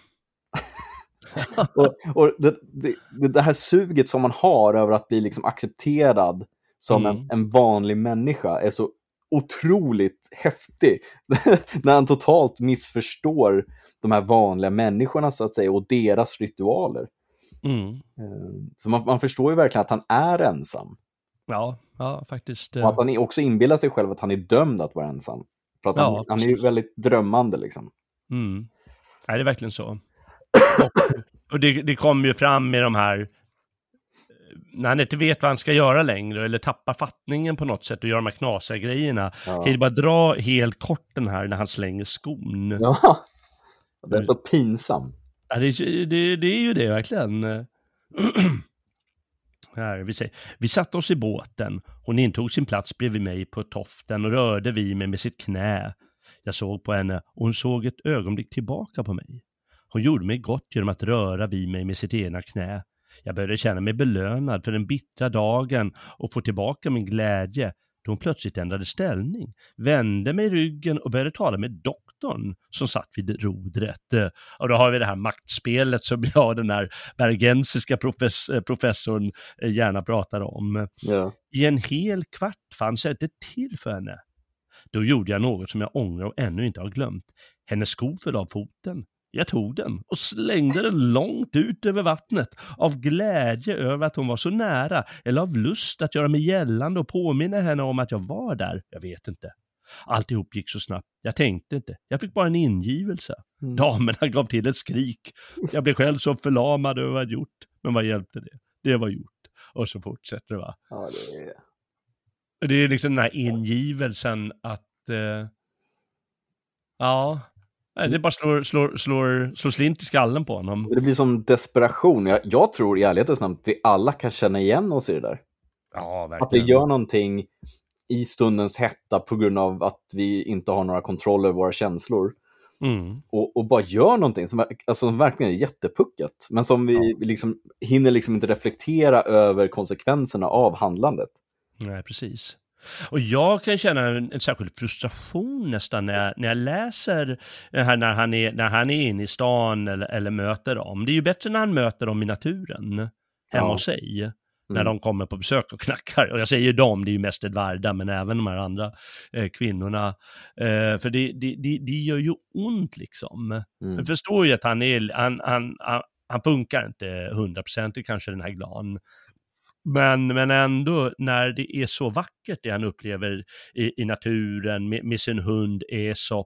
och och det, det, det här suget som man har över att bli liksom accepterad som mm. en, en vanlig människa är så otroligt häftig. När han totalt missförstår de här vanliga människorna så att säga och deras ritualer. Mm. Så man, man förstår ju verkligen att han är ensam. Ja, ja faktiskt. Och att han också inbillar sig själv att han är dömd att vara ensam. För att ja, han, han är ju väldigt drömmande liksom. Mm. Ja, det är verkligen så. Och, och det, det kommer ju fram med de här när han inte vet vad han ska göra längre eller tappar fattningen på något sätt och gör de här knasiga grejerna. Ja. Kan ju bara dra helt kort den här när han slänger skon. Ja, det är så pinsam. Ja, det, det, det är ju det verkligen. Här, vi, säger, vi satte oss i båten. Hon intog sin plats bredvid mig på toften och rörde vid mig med sitt knä. Jag såg på henne och hon såg ett ögonblick tillbaka på mig. Hon gjorde mig gott genom att röra vid mig med sitt ena knä. Jag började känna mig belönad för den bittra dagen och få tillbaka min glädje då hon plötsligt ändrade ställning, vände mig ryggen och började tala med doktorn som satt vid rodret. Och då har vi det här maktspelet som jag, den här bergensiska profess- professorn gärna pratar om. Ja. I en hel kvart fanns jag inte till för henne. Då gjorde jag något som jag ångrar och ännu inte har glömt. Hennes sko föll av foten. Jag tog den och slängde den långt ut över vattnet av glädje över att hon var så nära eller av lust att göra mig gällande och påminna henne om att jag var där. Jag vet inte. Alltihop gick så snabbt. Jag tänkte inte. Jag fick bara en ingivelse. Mm. Damerna gav till ett skrik. Jag blev själv så förlamad över vad jag gjort. Men vad hjälpte det? Det var gjort. Och så fortsätter det va? Ja, det är det. Det är liksom den här ingivelsen att eh, ja... Det bara slår, slår, slår, slår slint i skallen på honom. Det blir som desperation. Jag, jag tror i ärlighetens namn att vi alla kan känna igen oss i det där. Ja, verkligen. Att vi gör någonting i stundens hetta på grund av att vi inte har några kontroll över våra känslor. Mm. Och, och bara gör någonting som, alltså, som verkligen är jättepuckat. Men som vi ja. liksom, hinner liksom inte reflektera över konsekvenserna av handlandet. Nej, precis. Och jag kan känna en, en särskild frustration nästan när jag, när jag läser här, när, han är, när han är inne i stan eller, eller möter dem. Det är ju bättre när han möter dem i naturen hemma ja. hos sig. Mm. När de kommer på besök och knackar. Och jag säger dem, det är ju mest Edvarda, men även de här andra eh, kvinnorna. Eh, för det, det, det, det gör ju ont liksom. Mm. Jag förstår ju att han är, han, han, han, han funkar inte hundraprocentigt kanske den här glan. Men, men ändå när det är så vackert det han upplever i, i naturen med, med sin hund Aesop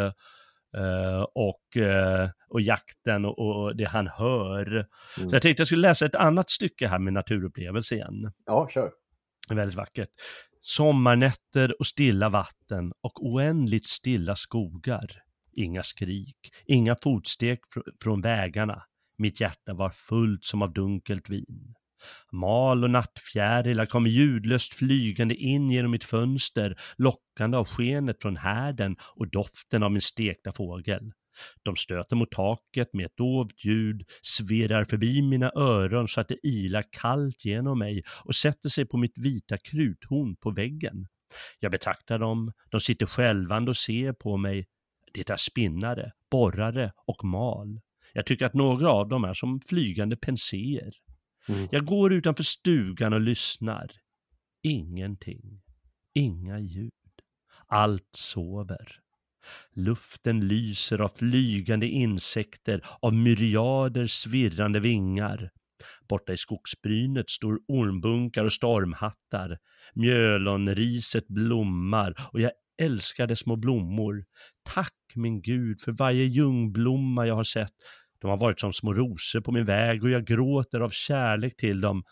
eh, och, eh, och jakten och, och det han hör. Mm. Så jag tänkte jag skulle läsa ett annat stycke här med naturupplevelse igen. Ja, kör. Det är väldigt vackert. Sommarnätter och stilla vatten och oändligt stilla skogar. Inga skrik, inga fotsteg fr- från vägarna. Mitt hjärta var fullt som av dunkelt vin. Mal och nattfjärilar kom ljudlöst flygande in genom mitt fönster, lockande av skenet från härden och doften av min stekta fågel. De stöter mot taket med ett dovt ljud, svirrar förbi mina öron så att det ilar kallt genom mig och sätter sig på mitt vita kruthorn på väggen. Jag betraktar dem, de sitter skälvande och ser på mig. Det är spinnare, borrare och mal. Jag tycker att några av dem är som flygande penséer. Mm. Jag går utanför stugan och lyssnar. Ingenting. Inga ljud. Allt sover. Luften lyser av flygande insekter, av myriader svirrande vingar. Borta i skogsbrynet står ormbunkar och stormhattar. Mjölonriset blommar och jag älskar de små blommor. Tack min Gud för varje ljungblomma jag har sett. De har varit som små rosor på min väg och jag gråter av kärlek till dem.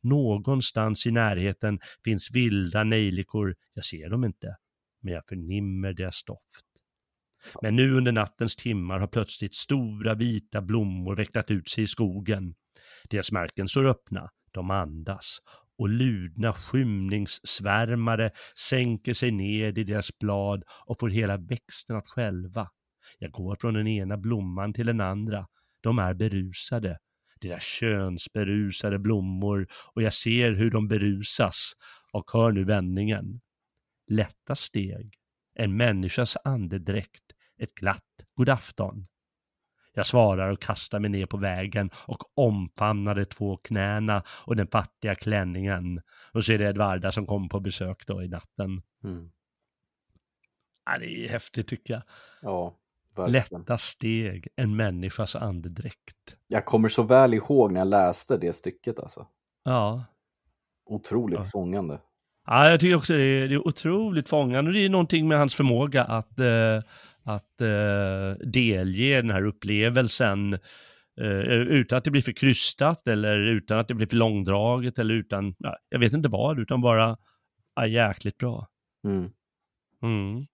Någonstans i närheten finns vilda nejlikor. Jag ser dem inte, men jag förnimmer deras doft. Men nu under nattens timmar har plötsligt stora vita blommor vecklat ut sig i skogen. Deras märken står öppna, de andas. Och ludna skymningssvärmare sänker sig ned i deras blad och får hela växten att själva. Jag går från den ena blomman till den andra. De är berusade. Deras könsberusade blommor, och jag ser hur de berusas och hör nu vändningen. Lätta steg, en människas andedräkt, ett glatt god afton. Jag svarar och kastar mig ner på vägen och omfamnar de två knäna och den fattiga klänningen. Och så är det Edvarda som kommer på besök då i natten. Mm. Ja, det är häftigt tycker jag. Ja, verkligen. Lätta steg, en människas andedräkt. Jag kommer så väl ihåg när jag läste det stycket alltså. Ja. Otroligt Ja. fångande. Ja, jag tycker också det är, det är otroligt fångande. Och det är någonting med hans förmåga att, eh, att eh, delge den här upplevelsen eh, utan att det blir för krystat eller utan att det blir för långdraget eller utan, ja, jag vet inte vad, utan bara ja, jäkligt bra. Mm. Mm.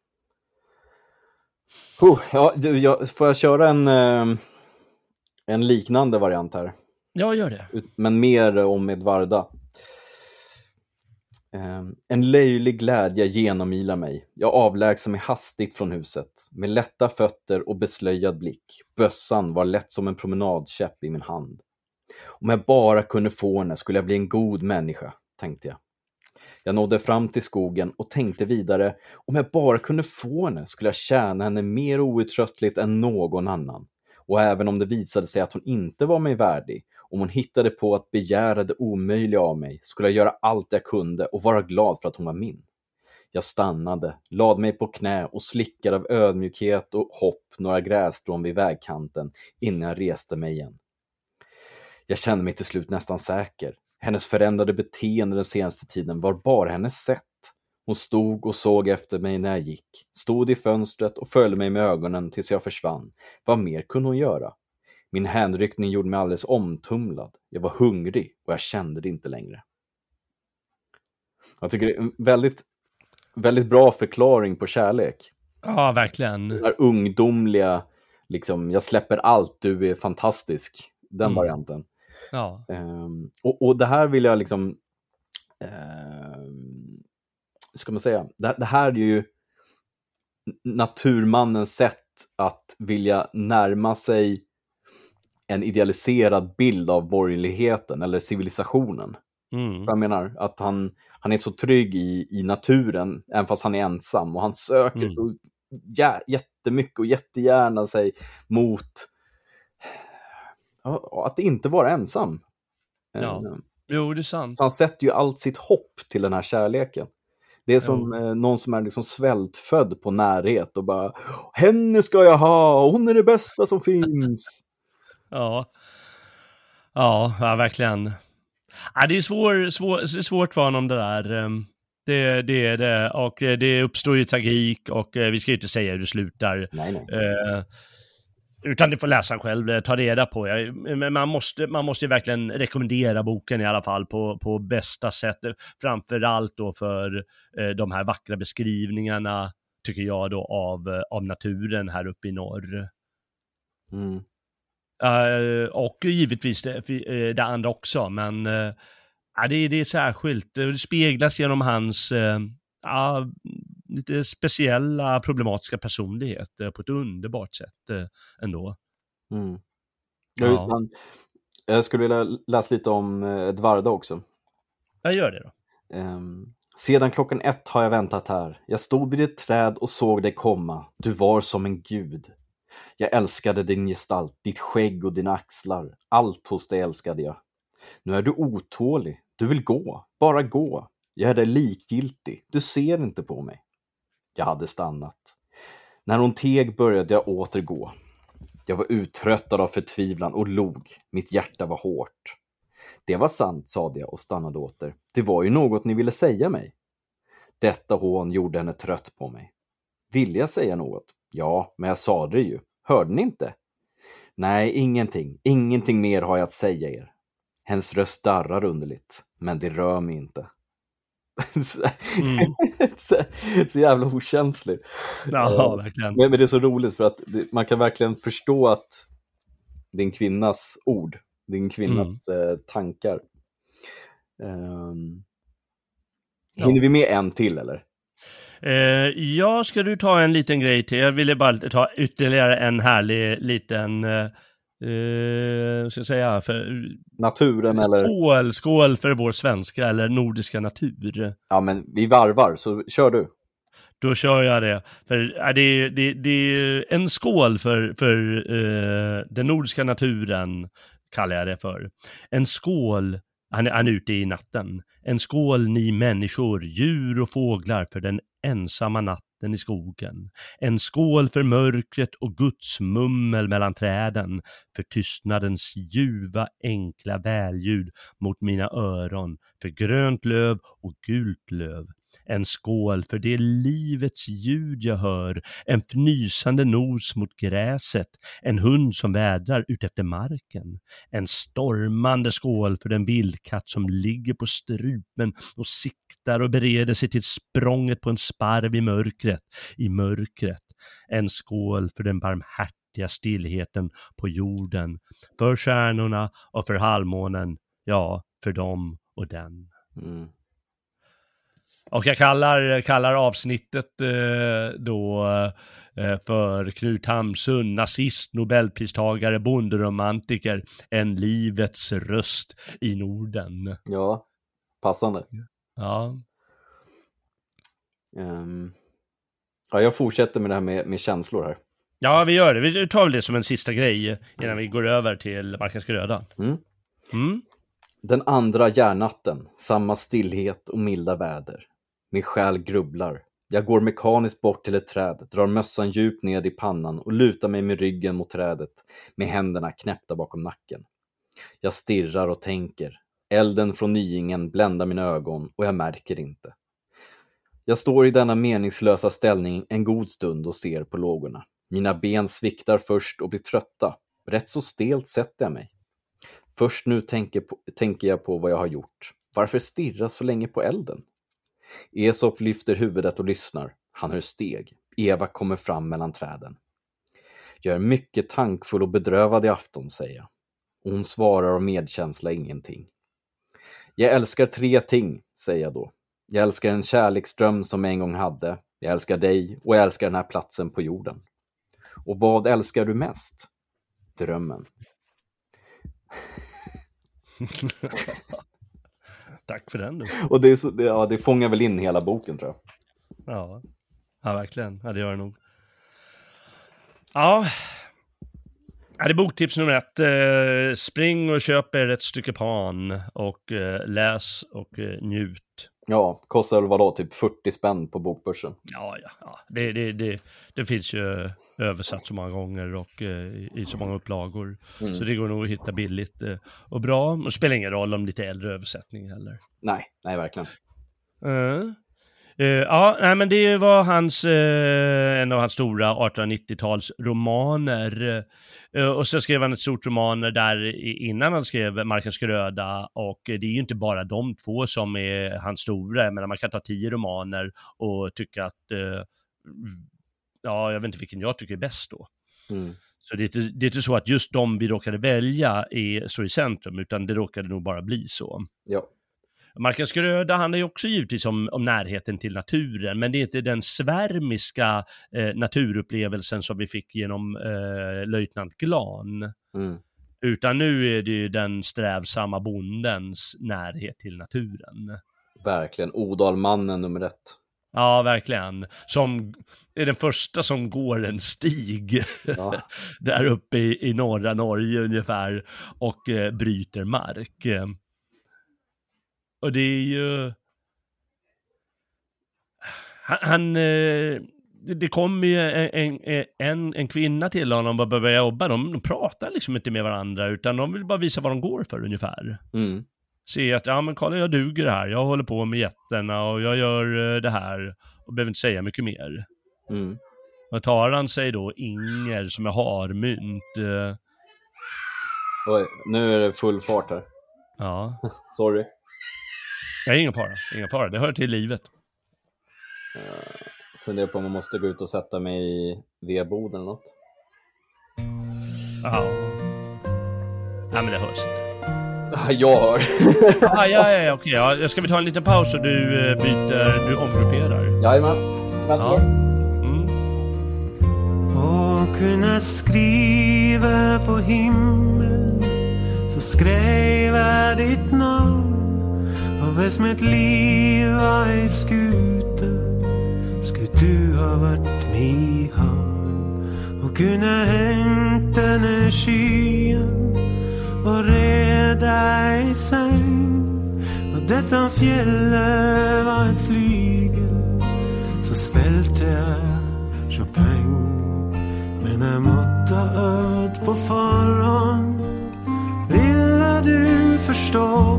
Oh, ja, du, jag, får jag köra en, eh, en liknande variant här? Ja, gör det. Men mer om Edvarda. En löjlig glädje genomilar mig. Jag avlägsar mig hastigt från huset. Med lätta fötter och beslöjad blick. Bössan var lätt som en promenadkäpp i min hand. Om jag bara kunde få henne skulle jag bli en god människa, tänkte jag. Jag nådde fram till skogen och tänkte vidare. Om jag bara kunde få henne skulle jag tjäna henne mer outtröttligt än någon annan. Och även om det visade sig att hon inte var mig värdig, om hon hittade på att begära det omöjliga av mig, skulle jag göra allt jag kunde och vara glad för att hon var min. Jag stannade, lade mig på knä och slickade av ödmjukhet och hopp några grässtrån vid vägkanten innan jag reste mig igen. Jag kände mig till slut nästan säker. Hennes förändrade beteende den senaste tiden var bara hennes sätt. Hon stod och såg efter mig när jag gick. Stod i fönstret och följde mig med ögonen tills jag försvann. Vad mer kunde hon göra? Min hänryckning gjorde mig alldeles omtumlad. Jag var hungrig och jag kände det inte längre. Jag tycker det är en väldigt, väldigt bra förklaring på kärlek. Ja, verkligen. Den här ungdomliga, liksom, jag släpper allt, du är fantastisk. Den mm. varianten. Ja. Um, och, och det här vill jag liksom... Um, ska man säga? Det, det här är ju naturmannens sätt att vilja närma sig en idealiserad bild av borgerligheten eller civilisationen. Mm. Jag menar att han, han är så trygg i, i naturen även fast han är ensam och han söker mm. så jä, jättemycket och jättegärna sig mot ja, att inte vara ensam. Ja. Um, jo, det är sant. Han sätter ju allt sitt hopp till den här kärleken. Det är som eh, någon som är liksom svältfödd på närhet och bara, henne ska jag ha, hon är det bästa som finns. Ja. Ja, ja, verkligen. Ja, det är svår, svår, svårt för honom det där. Det, det är det. Och det uppstår ju tragik och vi ska ju inte säga hur det slutar. Nej, nej. Eh, utan det får läsaren själv ta reda på. Men man måste, man måste ju verkligen rekommendera boken i alla fall på, på bästa sätt. Framförallt då för eh, de här vackra beskrivningarna, tycker jag då, av, av naturen här uppe i norr. Mm. Uh, och givetvis det, det andra också, men uh, det, det är särskilt, det speglas genom hans uh, uh, lite speciella problematiska personlighet uh, på ett underbart sätt uh, ändå. Mm. Ja. Man, jag skulle vilja läsa lite om uh, Edvarda också. Jag gör det då. Um, sedan klockan ett har jag väntat här. Jag stod vid ett träd och såg dig komma. Du var som en gud. Jag älskade din gestalt, ditt skägg och dina axlar. Allt hos dig älskade jag. Nu är du otålig. Du vill gå. Bara gå. Jag är dig likgiltig. Du ser inte på mig. Jag hade stannat. När hon teg började jag åter gå. Jag var uttröttad av förtvivlan och log. Mitt hjärta var hårt. Det var sant, sade jag och stannade åter. Det var ju något ni ville säga mig. Detta hån gjorde henne trött på mig. Ville jag säga något? Ja, men jag sa det ju. Hörde ni inte? Nej, ingenting. Ingenting mer har jag att säga er. Hennes röst darrar underligt, men det rör mig inte. så, Mm. så, så jävla okänslig. Ja, verkligen. Men, men det är så roligt för att det, man kan verkligen förstå att det är en kvinnas ord. Det är en kvinnas mm. eh, tankar. Um, ja. Hinner vi med en till eller? Eh, ja, ska du ta en liten grej till? Jag ville bara ta ytterligare en härlig liten... Eh, Uh, ska jag säga för naturen eller skål, skål för vår svenska eller nordiska natur. Ja, men vi varvar, så kör du. Då kör jag det. För ja, det, det, det är en skål för, för uh, den nordiska naturen, kallar jag det för. En skål, han, han är ute i natten. En skål ni människor, djur och fåglar för den ensamma natten i skogen. En skål för mörkret och Guds mummel mellan träden, för tystnadens ljuva enkla välljud mot mina öron, för grönt löv och gult löv. En skål för det livets ljud jag hör, en fnysande nos mot gräset, en hund som vädrar ut efter marken. En stormande skål för den vildkatt som ligger på strupen och siktar och bereder sig till språnget på en sparv i mörkret, i mörkret. En skål för den barmhärtiga stillheten på jorden, för stjärnorna och för halvmånen, ja, för dem och den. Mm. Och jag kallar, kallar avsnittet eh, då eh, för Knut Hamsun, nazist, nobelpristagare, bonderomantiker, en livets röst i Norden. Ja, passande. Ja. Um, ja, jag fortsätter med det här med, med känslor här. Ja, vi gör det. Vi tar väl det som en sista grej innan vi går över till Markens gröda. Mm. Mm. Den andra järnatten, samma stillhet och milda väder. Min själ grubblar. Jag går mekaniskt bort till ett träd, drar mössan djupt ned i pannan och lutar mig med ryggen mot trädet, med händerna knäppta bakom nacken. Jag stirrar och tänker. Elden från nyingen bländar mina ögon och jag märker inte. Jag står i denna meningslösa ställning en god stund och ser på lågorna. Mina ben sviktar först och blir trötta. Rätt så stelt sätter jag mig. Först nu tänker, på, tänker jag på vad jag har gjort. Varför stirra så länge på elden? Esop lyfter huvudet och lyssnar. Han hör steg. Eva kommer fram mellan träden. Jag är mycket tankfull och bedrövad i afton, säger jag. Hon svarar av medkänsla ingenting. Jag älskar tre ting, säger jag då. Jag älskar en kärleksdröm som jag en gång hade. Jag älskar dig och jag älskar den här platsen på jorden. Och vad älskar du mest? Drömmen. Tack för den. Du. Och det, är så, det, ja, det fångar väl in hela boken, tror jag. Ja, ja verkligen. Ja, det gör det nog. Ja. Ja, det är boktips nummer ett. Eh, spring och köp er ett stycke pan och eh, läs och eh, njut. Ja, kostar väl vadå? Typ fyrtio spänn på bokbörsen. Ja, ja, ja. Det, det, det, det finns ju översatt så många gånger och eh, i så många upplagor. Mm. Så det går nog att hitta billigt eh, och bra. Och det spelar ingen roll om lite äldre översättning heller. Nej, nej verkligen. Uh. Uh, ja, nej, men det var hans, uh, en av hans stora artonhundranittio-tals romaner. Uh, och så skrev han ett stort romaner där innan han skrev Markens gröda. Och det är ju inte bara de två som är hans stora. Men man kan ta tio romaner och tycka att, uh, ja, jag vet inte vilken jag tycker är bäst då. Mm. Så det är, inte, det är inte så att just de vi råkade välja är, står i centrum, utan det råkade nog bara bli så. Ja. Markens gröda handlar ju också givetvis om, om närheten till naturen, men det är inte den svärmiska eh, naturupplevelsen som vi fick genom eh, löjtnant Glan. Mm. Utan nu är det ju den strävsamma bondens närhet till naturen. Verkligen, Odalmannen nummer ett. Ja, verkligen. Som är den första som går en stig ja. där uppe i, i norra Norge ungefär och eh, bryter mark. Och det är ju... Han... han det kommer ju en, en, en kvinna till honom och börjar jobba. De, de pratar liksom inte med varandra, utan de vill bara visa vad de går för ungefär. Mm. Se att, ja men kolla, jag duger här. Jag håller på med jätterna och jag gör det här. Och behöver inte säga mycket mer. Mm. Och tar han sig då Inger som är harmynt. Oj, nu är det full fart här. Ja. Sorry. Nej, ingen fara. Ingen fara. Det hör till livet. Uh, funderar på om man måste gå ut och sätta mig i vedboden eller något. Ja. Nej, men det hörs inte. Jag hör. ah, ja, ja, ja, okej. Ja. Ska vi ta en liten paus och du byter, du omgrupperar? Jajamän. Ja. Mm. Och kunna skriva på himlen så skrev jag ditt namn. Och hvis mitt liv var i skuta skulle du ha varit min hamn. Och kunna hämta ner skyen och reda i säng. Och detta fjället var ett flygel så spelte jag Chopin. Men jag måtte öd på förhand. Ville du förstå?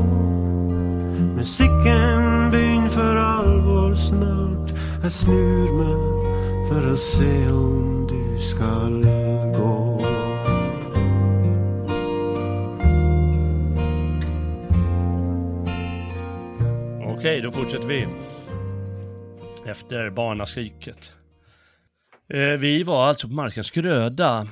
Musiken byn för allvar snart. Jag snur mig för att se om du skall gå. Okej, då fortsätter vi. Efter barnaskriket. Eh, vi var alltså på Markens gröda.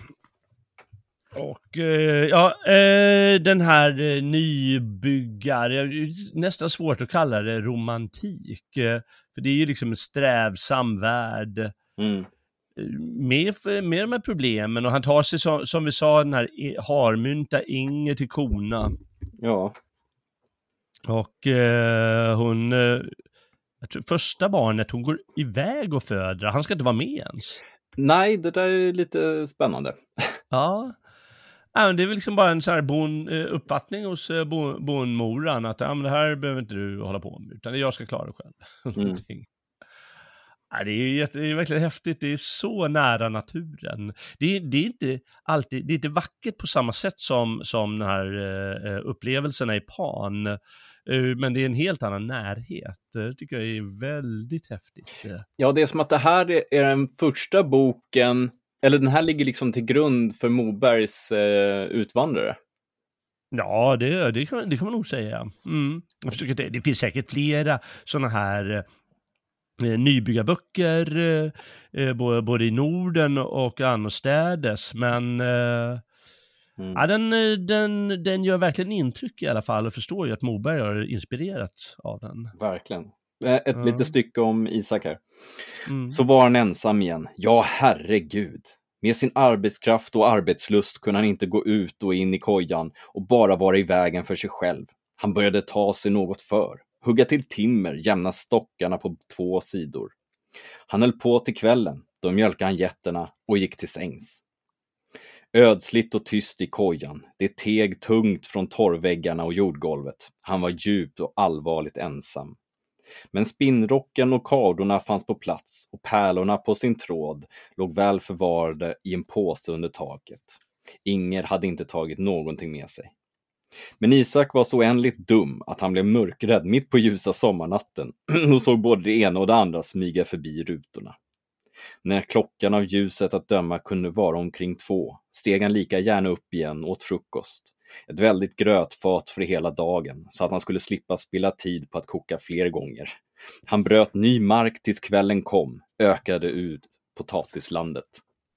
Och eh, ja, eh, den här eh, nybyggare, nästan svårt att kalla det romantik. Eh, för det är ju liksom en strävsam värld. Mm. Med, med de här problemen. Och han tar sig som, som vi sa, den här harmynta Inger till kona. Ja. Och eh, hon... Eh, jag tror första barnet, hon går iväg och föder. Han ska inte vara med ens. Nej, det där är lite spännande. Ja. Ja, men det är väl liksom bara en så här bon, uppfattning hos bon, bonmoran att ja, men det här behöver inte du hålla på med, utan jag ska klara det själv. Mm. Ja, det, är jätte, det är verkligen häftigt. Det är så nära naturen. Det är, det är inte alltid, det är inte vackert på samma sätt som, som den här uh, upplevelserna i Pan. Uh, men det är en helt annan närhet. Det tycker jag är väldigt häftigt. Ja, det är som att det här är den första boken, eller den här ligger liksom till grund för Mobergs uh, Utvandrare. Ja, det, det, kan, det kan man nog säga. Mm. Jag försöker, det, det finns säkert flera sådana här eh, nybyggarböcker eh, både, både i Norden och annorstädes, men eh, mm. ja, den, den, den gör verkligen intryck i alla fall, och förstår ju att Moberg har inspirerats av den. Verkligen. Ett ja. litet stycke om Isak här. Mm. Så var han ensam igen. Ja, herregud. Med sin arbetskraft och arbetslust kunde han inte gå ut och in i kojan och bara vara i vägen för sig själv. Han började ta sig något för. Hugga till timmer, jämna stockarna på två sidor. Han höll på till kvällen, då mjölkade han getterna och gick till sängs. Ödsligt och tyst i kojan. Det teg tungt från torrväggarna och jordgolvet. Han var djupt och allvarligt ensam. Men spinnrocken och kardorna fanns på plats och pärlorna på sin tråd låg väl förvarade i en påse under taket. Inger hade inte tagit någonting med sig. Men Isak var så oändligt dum att han blev mörkrädd mitt på ljusa sommarnatten och såg både det ena och det andra smyga förbi rutorna. När klockan av ljuset att döma kunde vara omkring två steg han lika gärna upp igen och åt frukost. Ett väldigt grötfat för hela dagen så att han skulle slippa spilla tid på att koka fler gånger. Han bröt ny mark tills kvällen kom, ökade ut potatislandet.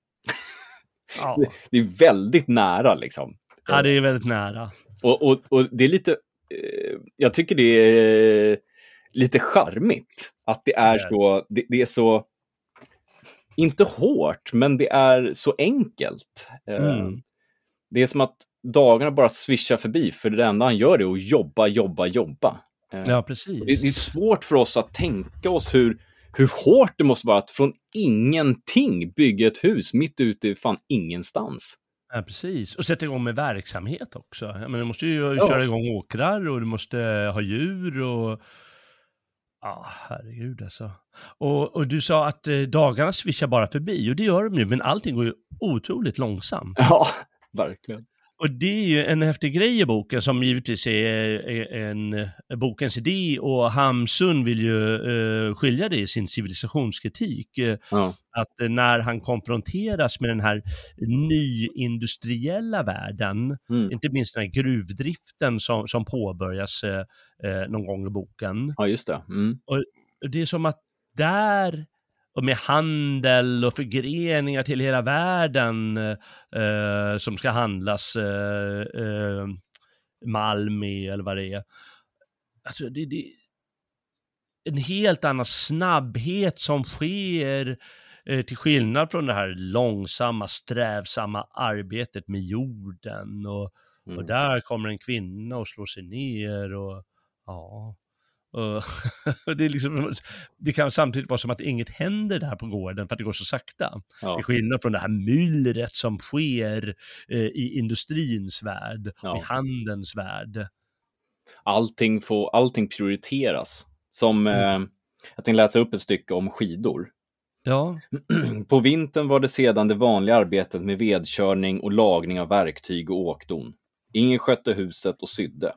Ja. Det är väldigt nära liksom. Ja, det är väldigt nära. Och, och, och det är lite, eh, jag tycker det är lite charmigt att det är så, det, det är så, inte hårt, men det är så enkelt. Mm. Det är som att dagarna bara swishar förbi, för det enda han gör är att jobba, jobba, jobba. Ja, precis. Det, det är svårt för oss att tänka oss hur, hur hårt det måste vara att från ingenting bygga ett hus mitt ute i fan ingenstans. Ja, precis. Och sätta igång med verksamhet också. Men du måste ju ja. köra igång åkrar och du måste ha djur och... Ja, herregud alltså. Och, och du sa att eh, dagarna swishar bara förbi, och det gör de ju, men allting går ju otroligt långsamt. Ja, verkligen. Och det är ju en häftig grej i boken som givetvis är en, en bokens idé, och Hamsun vill ju uh, skilja det i sin civilisationskritik. Ja. Att när han konfronteras med den här nyindustriella världen, mm. inte minst den här gruvdriften som, som påbörjas uh, någon gång i boken. Ja, just det. Mm. Och det är som att där, och med handel och förgreningar till hela världen eh, som ska handlas eh, eh, malm i, eller vad det är. Alltså det, det en helt annan snabbhet som sker eh, till skillnad från det här långsamma, strävsamma arbetet med jorden. Och, mm. och där kommer en kvinna och slår sig ner och ja... Och det, är liksom, det kan samtidigt vara som att inget händer där på gården för att det går så sakta. Ja. Det är skillnad från det här myllret som sker eh, i industrins värld, ja. I handelns värld. Allting, får, allting prioriteras. Som, mm. eh, jag tänkte läsa upp ett stycke om skidor. Ja. På vintern var det sedan det vanliga arbetet med vedkörning och lagning av verktyg och åkdon. Ingen skötte huset och sydde.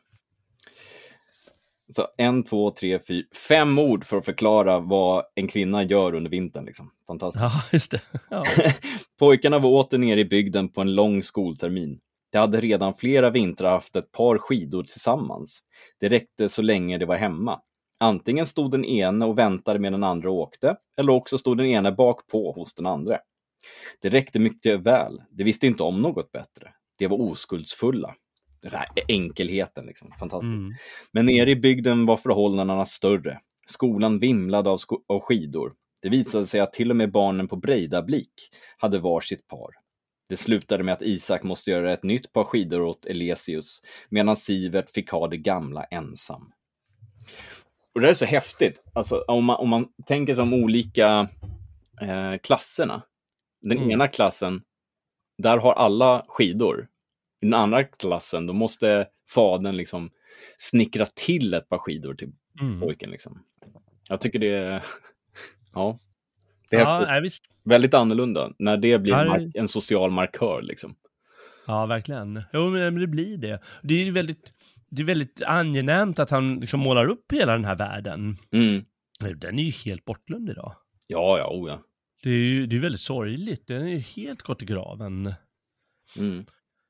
Så en, två, tre, fyra, fem ord för att förklara vad en kvinna gör under vintern. Liksom. Fantastiskt. Ja, just det. Ja. Pojkarna var åter nere i bygden på en lång skoltermin. De hade redan flera vintrar haft ett par skidor tillsammans. Det räckte så länge det var hemma. Antingen stod den ene och väntade med den andra åkte, eller också stod den ene bak på hos den andra. Det räckte mycket väl. De visste inte om något bättre. De var oskuldsfulla. Den här enkelheten liksom, fantastiskt. Mm. Men nere i bygden var förhållandena större. Skolan vimlade av, sko- av skidor. Det visade sig att till och med barnen på Breidablik hade var sitt par. Det slutade med att Isak måste göra ett nytt par skidor åt Elesius, medan Sivert fick ha det gamla ensam. Och det är så häftigt. Alltså, om, man, om man tänker som olika eh, klasserna. Den mm. ena klassen, där har alla skidor. I den andra klassen, då måste fadern liksom snickra till ett par skidor till mm. pojken. Liksom. Jag tycker det är, ja, det är ja, är visst. väldigt annorlunda när det blir ja, det... en social markör. Liksom. Ja, verkligen. Jo, men det blir det. Det är väldigt, det är väldigt angenämt att han liksom målar upp hela den här världen. Mm. Den är ju helt bortglömd idag. Ja, ja, oh ja. Det är ju det är väldigt sorgligt. Den är ju helt gått i graven. Mm.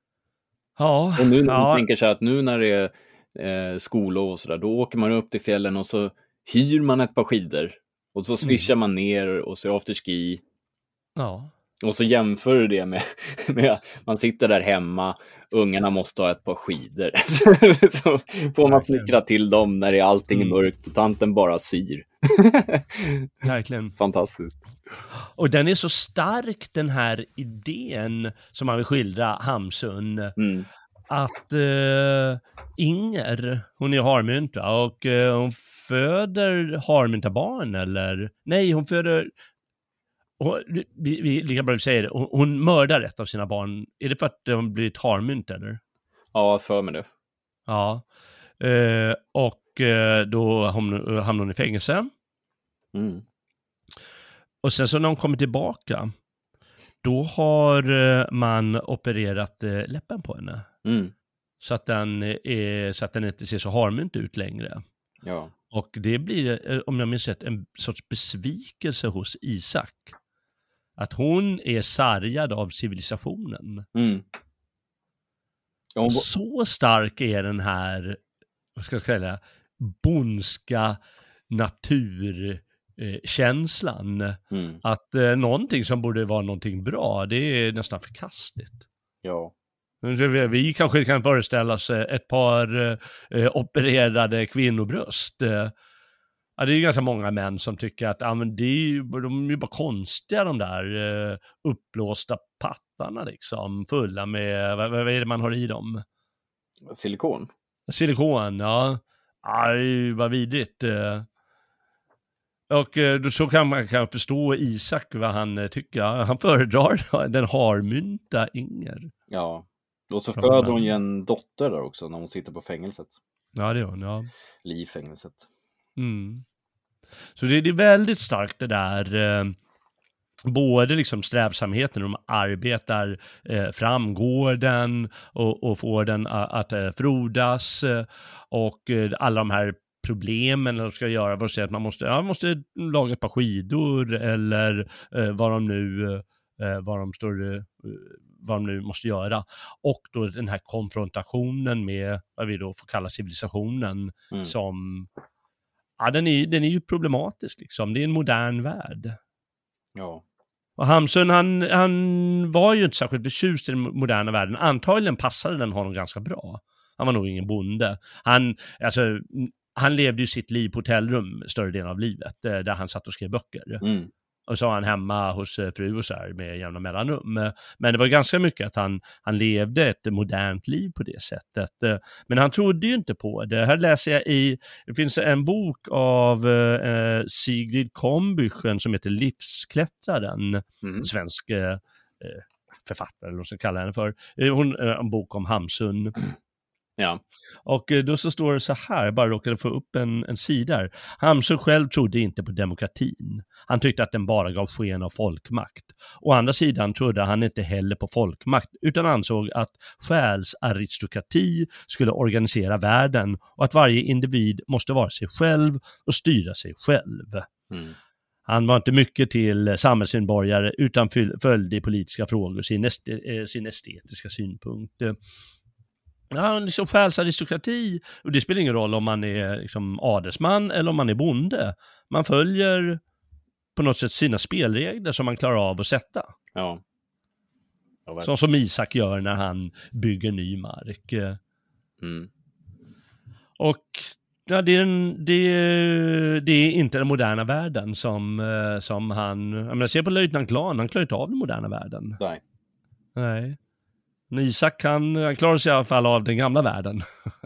Ja, och nu när ja. man tänker sig att nu när det är eh, skolor och sådär, då åker man upp till fjällen och så hyr man ett par skidor och så swishar mm. man ner och så afterski. Ja. Och så jämför du det med, med man sitter där hemma, ungarna måste ha ett par skidor. Så får man snickra till dem när det är allting mm. mörkt och tanten bara syr. Verkligen. Fantastiskt. Och den är så stark, den här idén som man vill skildra Hamsun. Mm. Att uh, Inger, hon är harmynta och uh, hon föder harmynta barn eller? Nej, hon föder... Och, vi, vi lika bra säger det. Hon, hon mördar ett av sina barn. Är det för att de blir harmynt eller? Ja, för mig det. Ja. Uh, och uh, då hamnar hon i fängelse. Mm. Och sen så när hon kommer tillbaka, då har man opererat läppen på henne. Mm. Så att den är, så att den inte ser så harmynt ut längre. Ja. Och det blir, om jag minns rätt, en sorts besvikelse hos Isak. Att hon är sargad av civilisationen. Mm. Ja, hon... Så stark är den här, vad ska jag säga, bondska natur känslan mm. att eh, någonting som borde vara någonting bra, det är nästan förkastligt. Ja. Vi, vi kanske kan föreställa oss ett par eh, opererade kvinnobröst. Eh, ja, det är ju ganska många män som tycker att ja, men det är ju, de är ju bara konstiga de där eh, uppblåsta pattarna liksom, fulla med, vad, vad är det man har i dem? Silikon. Silikon, ja. Aj, vad vidrigt. Eh. Och då så kan man kan förstå Isak vad han tycker. Han föredrar den harmynta Inger. Ja, och så föder hon ju en dotter där också när hon sitter på fängelset. Ja, det är hon, ja. I fängelset. Mm. Så det, det är väldigt starkt det där både liksom strävsamheten, de arbetar eh, fram gården och, och får den att, att eh, frodas, eh, och eh, alla de här problemen de ska göra, vad säger att man måste, ja, måste laga ett par skidor eller eh, vad de nu eh, vad de står eh, vad de nu måste göra, och då den här konfrontationen med vad vi då får kalla civilisationen, mm. som ja, den är, den är ju problematisk liksom, det är en modern värld. Ja. Och Hamsun, han, han var ju inte särskilt förtjust i den moderna världen. Antagligen passade den honom ganska bra. Han var nog ingen bonde. Han, alltså, han levde ju sitt liv på hotellrum större delen av livet, där han satt och skrev böcker. Mm. Och så var han hemma hos fru och så här med jämna mellanrum. Men det var ganska mycket att han, han levde ett modernt liv på det sättet. Men han trodde ju inte på det. Här läser jag i, det finns en bok av eh, Sigrid Combüchen som heter Livsklättraren. Mm. Svensk eh, författare, eller vad ska kalla henne för. Hon, en bok om Hamsun. Mm. Ja. Och då så står det så här, jag bara råkade få upp en, en sida. Hamsun själv trodde inte på demokratin. Han tyckte att den bara gav sken av folkmakt. Å andra sidan trodde han inte heller på folkmakt, utan ansåg att själsaristokrati skulle organisera världen och att varje individ måste vara sig själv och styra sig själv. Mm. Han var inte mycket till samhällsmedborgare utan följde i politiska frågor sin, est- sin estetiska synpunkt. Ja, liksom själsaristokrati, och det spelar ingen roll om man är liksom adelsman eller om man är bonde. Man följer på något sätt sina spelregler som man klarar av att sätta. Ja. Ja, som, som Isak gör när han bygger ny mark. Mm. Och ja, det, är en, det, det är inte den moderna världen som, som han... Jag menar, se på löjtnant Klan, han klarar inte av den moderna världen. Nej. Nej. Isak kan, han klarar sig i alla fall av den gamla världen.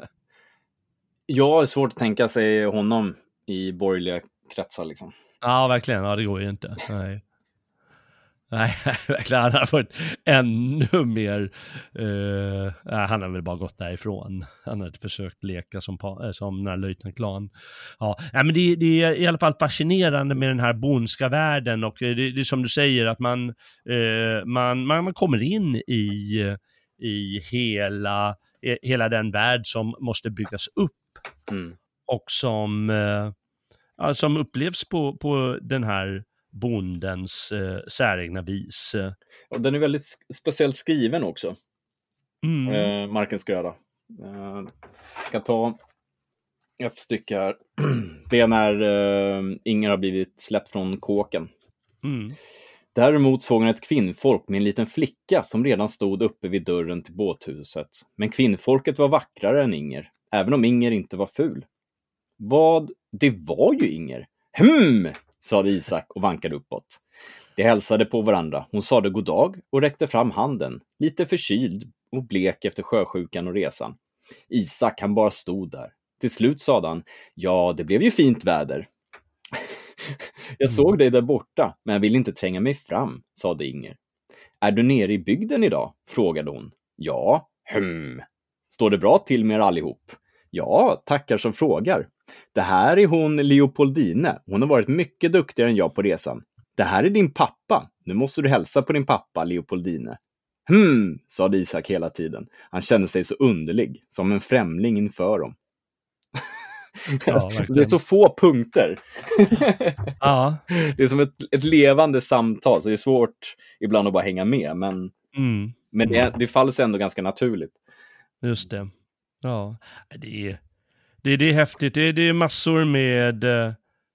Ja, det är svårt att tänka sig honom i borgerliga kretsar liksom. Ja, verkligen. Ja, det går ju inte. Nej. Nej, verkligen. Han har fått ännu mer... Uh, han har väl bara gått därifrån. Han har inte försökt leka som, som den här löjtnant Klan. Ja, men det, det är i alla fall fascinerande med den här bondska världen. Och det, det är som du säger, att man, uh, man, man, man kommer in i, i hela, hela den värld som måste byggas upp. Mm. Och som, uh, ja, som upplevs på, på den här bondens eh, säregna vis. Och den är väldigt speciellt skriven också. Mm. Eh, Markens gröda. Eh, jag kan ta ett stycke här. Det är när eh, Inger har blivit släppt från kåken. Mm. Däremot såg han ett kvinnfolk med en liten flicka som redan stod uppe vid dörren till båthuset. Men kvinnfolket var vackrare än Inger, även om Inger inte var ful. Vad? Det var ju Inger. Hmm! Sade Isak och vankade uppåt. De hälsade på varandra. Hon sade god dag och räckte fram handen. Lite förkyld och blek efter sjösjukan och resan. Isak, han bara stod där. Till slut sade han, ja, det blev ju fint väder. Jag såg dig där borta, men jag vill inte tränga mig fram, sade Inger. Är du nere i bygden idag? Frågade hon. Ja, hmm. Står det bra till med er allihop? Ja, tackar som frågar. Det här är hon Leopoldine. Hon har varit mycket duktigare än jag på resan. Det här är din pappa. Nu måste du hälsa på din pappa, Leopoldine. Hmm, sade Isak hela tiden. Han kände sig så underlig, som en främling inför dem. Ja, det är så få punkter. Ja. Det är som ett, ett levande samtal, så det är svårt ibland att bara hänga med. Men, mm. men det, det faller sig ändå ganska naturligt. Just det. Ja, det är, det är, det är häftigt. Det är, det är massor med... Äh,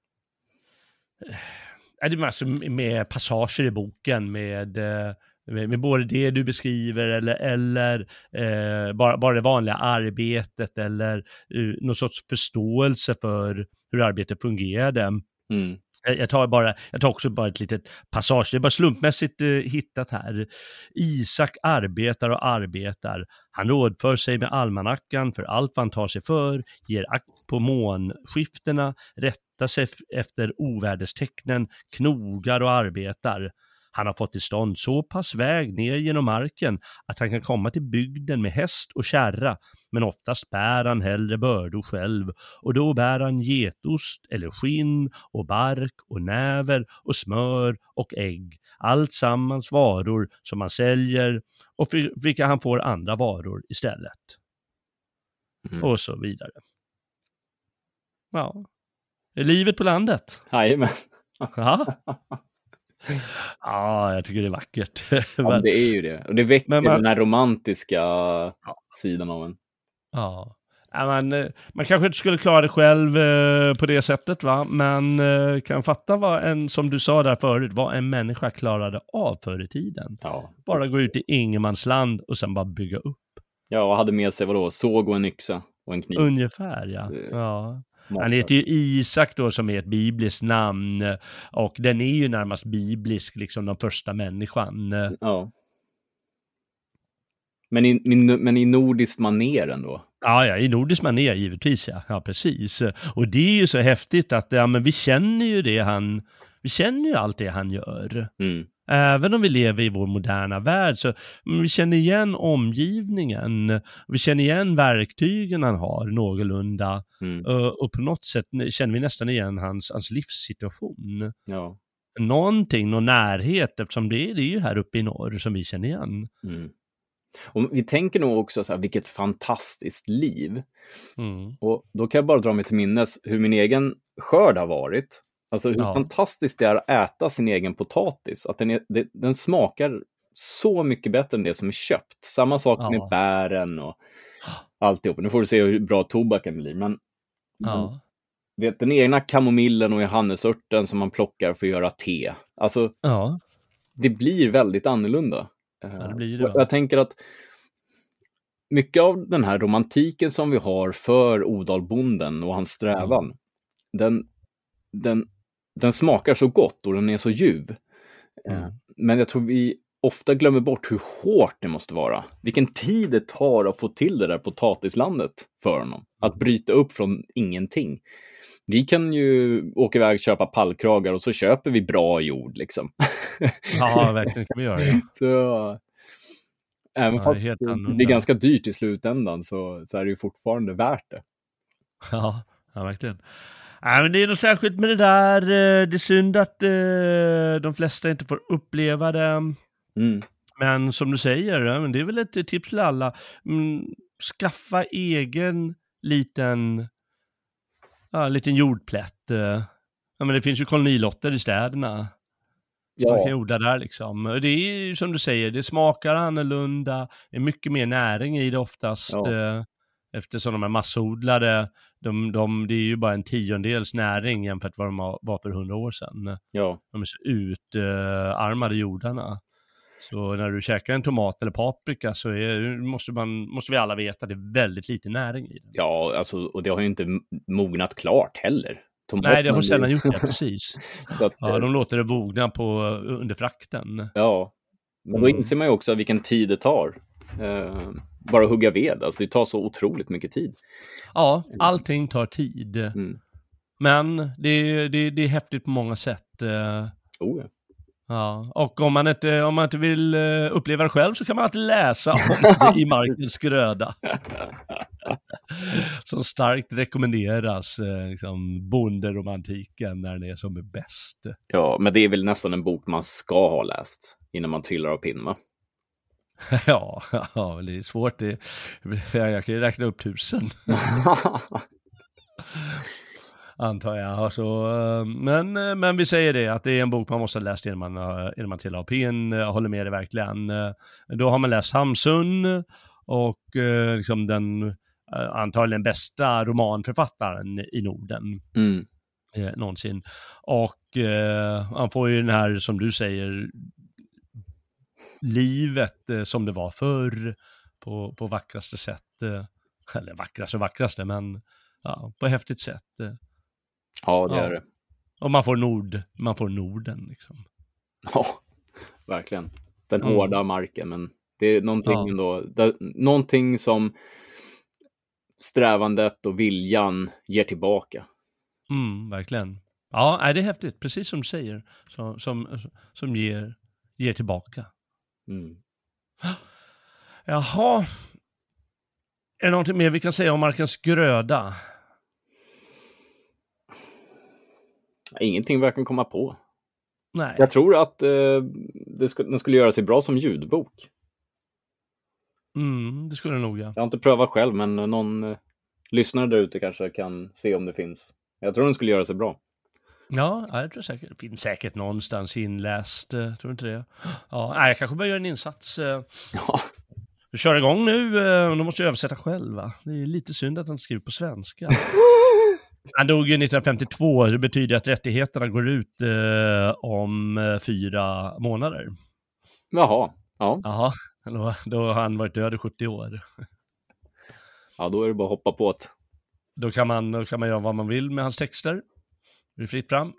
det är massor med passager i boken med... Äh, Med, med både det du beskriver eller, eller eh, bara, bara det vanliga arbetet eller uh, någon sorts förståelse för hur arbetet fungerade. Mm. Jag, jag, tar bara, jag tar också bara ett litet passage, det är bara slumpmässigt uh, hittat här. Isak arbetar och arbetar. Han rådför sig med almanackan för allt vad han tar sig för, ger akt på månskiftena, rättar sig f- efter ovärdestecknen, knogar och arbetar. Han har fått till stånd så pass väg ner genom marken att han kan komma till bygden med häst och kärra, men oftast bär han hellre bördor själv, och då bär han getost eller skinn och bark och näver och smör och ägg, allt sammans varor som han säljer och för vilka han får andra varor istället. Mm. Och så vidare. Ja. Är livet på landet? Jajamän. Ja. Ja, jag tycker det är vackert. Ja, men det är ju det. Och det väcker man, den här romantiska ja. sidan av en. Ja. Man, man kanske inte skulle klara det själv eh, på det sättet, va? Men eh, kan fatta vad en, som du sa där förut, vad en människa klarade av förr i tiden. Ja. Bara gå ut i ingenmansland och sen bara bygga upp. Ja, och hade med sig vadå? Såg och en yxa och en kniv. Ungefär, ja. Ja. Han heter ju Isak då, som är ett bibliskt namn, och den är ju närmast biblisk, liksom den första människan. Ja. Men i, men i nordiskt manér ändå? Ja, ja, i nordiskt manér givetvis, ja. Ja, precis. Och det är ju så häftigt att ja, men vi känner ju det han, vi känner ju allt det han gör. Mm. Även om vi lever i vår moderna värld så vi känner igen omgivningen. Vi känner igen verktygen han har någorlunda. Mm. Och på något sätt känner vi nästan igen hans, hans livssituation. Ja. Någonting, någon närhet, eftersom det är, det är ju här uppe i norr som vi känner igen. Mm. Och vi tänker nog också så här, vilket fantastiskt liv. Mm. Och då kan jag bara dra mig till minnes hur min egen skörd har varit. Alltså hur ja. fantastiskt det är att äta sin egen potatis. Att den, är, det, den smakar så mycket bättre än det som är köpt. Samma sak ja. med bären och alltihop. Nu får du se hur bra tobaken blir. Men, ja. men vet, den egna kamomillen och johannesörten som man plockar för att göra te. Alltså ja. det blir väldigt annorlunda. Ja, det blir det. Och jag tänker att mycket av den här romantiken som vi har för Odalbonden och hans strävan, mm. den, den, den smakar så gott och den är så ljuv. Mm. Men jag tror vi ofta glömmer bort hur hårt det måste vara. Vilken tid det tar att få till det där potatislandet för honom. Att bryta upp från ingenting. Vi kan ju åka iväg och köpa pallkragar och så köper vi bra jord liksom. Ja, verkligen kan vi göra det. Så, även ja, fast det blir ganska dyrt i slutändan så, så är det ju fortfarande värt det. Ja, ja verkligen. Ja, men det är något särskilt med det där. Det är synd att eh, de flesta inte får uppleva det. Mm. Men som du säger, det är väl ett tips till alla. Skaffa egen liten... Ja, en liten jordplätt. Ja, men det finns ju kolonilotter i städerna. Ja. Man kan odla där liksom. Det är ju som du säger, det smakar annorlunda. Det är mycket mer näring i det oftast. Ja. Eftersom de är massodlade. De, de, det är ju bara en tiondels näring jämfört med vad de var för hundra år sedan. Ja. De är så utarmade jordarna. Så när du käkar en tomat eller paprika så är, måste, man, måste vi alla veta att det är väldigt lite näring i den. Ja, alltså, och det har ju inte mognat klart heller. Tomaten Nej, det har sällan gjort det, precis. att, ja, de låter det mogna på, under frakten. Ja, men då mm. inser man ju också vilken tid det tar. Uh, bara att hugga ved, alltså det tar så otroligt mycket tid. Ja, allting tar tid. Mm. Men det, det, det är häftigt på många sätt. Uh, oh ja. Ja, och om man inte, om man inte vill uppleva det själv så kan man alltid läsa om det i Markens gröda. Som starkt rekommenderas, liksom, bonderomantiken när den är som är bäst. Ja, men det är väl nästan en bok man ska ha läst innan man trillar av pinn, va? Ja, ja, det är svårt. Det, jag kan ju räkna upp tusen. Antar jag. Alltså, men, men vi säger det, att det är en bok man måste ha läst innan man, innan man trillar av pinn. Jag håller med dig verkligen. Då har man läst Hamsun och liksom den antagligen bästa romanförfattaren i Norden. Mm. Eh, någonsin. Och eh, han får ju den här, som du säger, livet eh, som det var förr på, på vackraste sätt. Eh, eller vackraste och vackraste, men ja, på häftigt sätt. Eh. Ja, det ja. är det. Och man får nord, man får Norden liksom. Ja, verkligen. Den mm. hårda marken, men det är någonting ja. ändå, det, någonting som strävandet och viljan ger tillbaka. Mm, verkligen. Ja, är det är häftigt, precis som du säger, som, som, som ger, ger tillbaka. Mm. Jaha. Är det någonting mer vi kan säga om Markens gröda? Ingenting vi kan komma på. Nej. Jag tror att eh, det sk- den skulle göra sig bra som ljudbok. Mm, det skulle det nog, ja. Jag har inte prövat själv, men någon eh, lyssnare där ute kanske kan se om det finns. Jag tror den skulle göra sig bra. Ja, jag tror säkert. Det finns säkert någonstans inläst, tror du inte det? Ja, nej, jag kanske börjar göra en insats. Ja. Vi kör igång nu, och då måste jag översätta själv, va? Det är lite synd att han skriver på svenska. Han dog ju nittonhundrafemtiotvå, det betyder att rättigheterna går ut eh, om eh, fyra månader. Jaha, ja. Jaha, då, då har han varit död i sjuttio år. Ja, då är det bara att hoppa på det. Då kan man, då kan man göra vad man vill med hans texter. Det är fritt fram.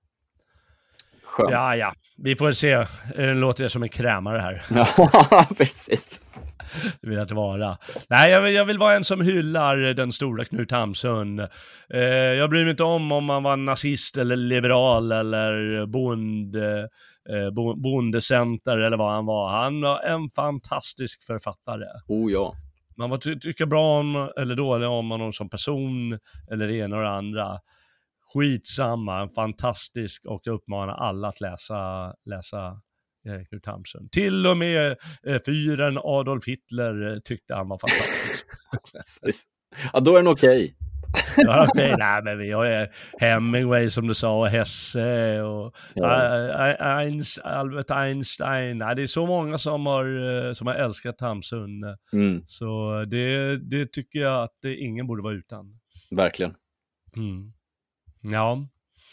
Skönt. Ja, ja. Vi får se. Det låter som en krämare här. Ja, precis. Det vill jag inte vara. Nej, jag vill, jag vill vara en som hyllar den stora Knut Hamsun. Eh, jag bryr mig inte om om man var nazist eller liberal eller bond, eh, bondecenter eller vad han var. Han var en fantastisk författare. Oh ja. Man var ty- tycka bra om eller dålig om honom som person eller det ena och det andra. Skitsamma, en fantastisk, och jag uppmanar alla att läsa, läsa eh, Knut Hamsun. Till och med eh, fyren Adolf Hitler tyckte han var fantastisk. Precis. Ja, då är den okej. Ja, okej, nej, men vi har Hemingway som du sa, och Hesse och Ja. Einstein, Albert Einstein. Nej, det är så många som har, som har älskat Hamsun. Mm, Så det, det tycker jag att det, ingen borde vara utan. verkligen. Mm. Ja.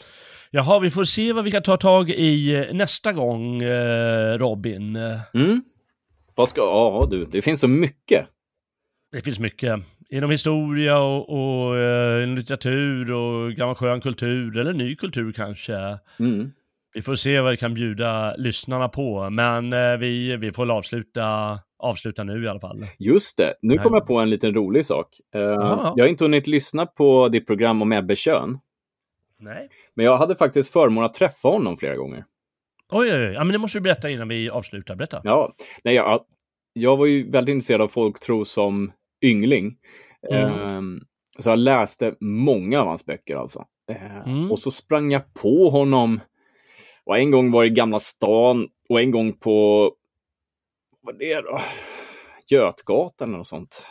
Jaha, vi får se vad vi kan ta tag i nästa gång, eh, Robin. Mm. Vad ska... Ja, du, det finns så mycket. Det finns mycket. Inom historia och, och eh, litteratur och gammal skön kultur, eller ny kultur kanske. Mm. Vi får se vad vi kan bjuda lyssnarna på. Men eh, vi, vi får avsluta, avsluta nu i alla fall. Just det, nu Nej. kom jag på en liten rolig sak. Uh, ja. Jag har inte hunnit lyssna på ditt program om Ebbe Schön. Nej. Men jag hade faktiskt förmån att träffa honom flera gånger. Oj, oj, oj. Ja, men det måste du berätta innan vi avslutar. Berätta. Ja, nej, jag, jag var ju väldigt intresserad av folktro som yngling. Mm. Um, så jag läste många av hans böcker alltså. Uh, Mm. Och så sprang jag på honom. Och en gång var i Gamla stan. Och en gång på... Vad är det då? Götgatan eller något sånt.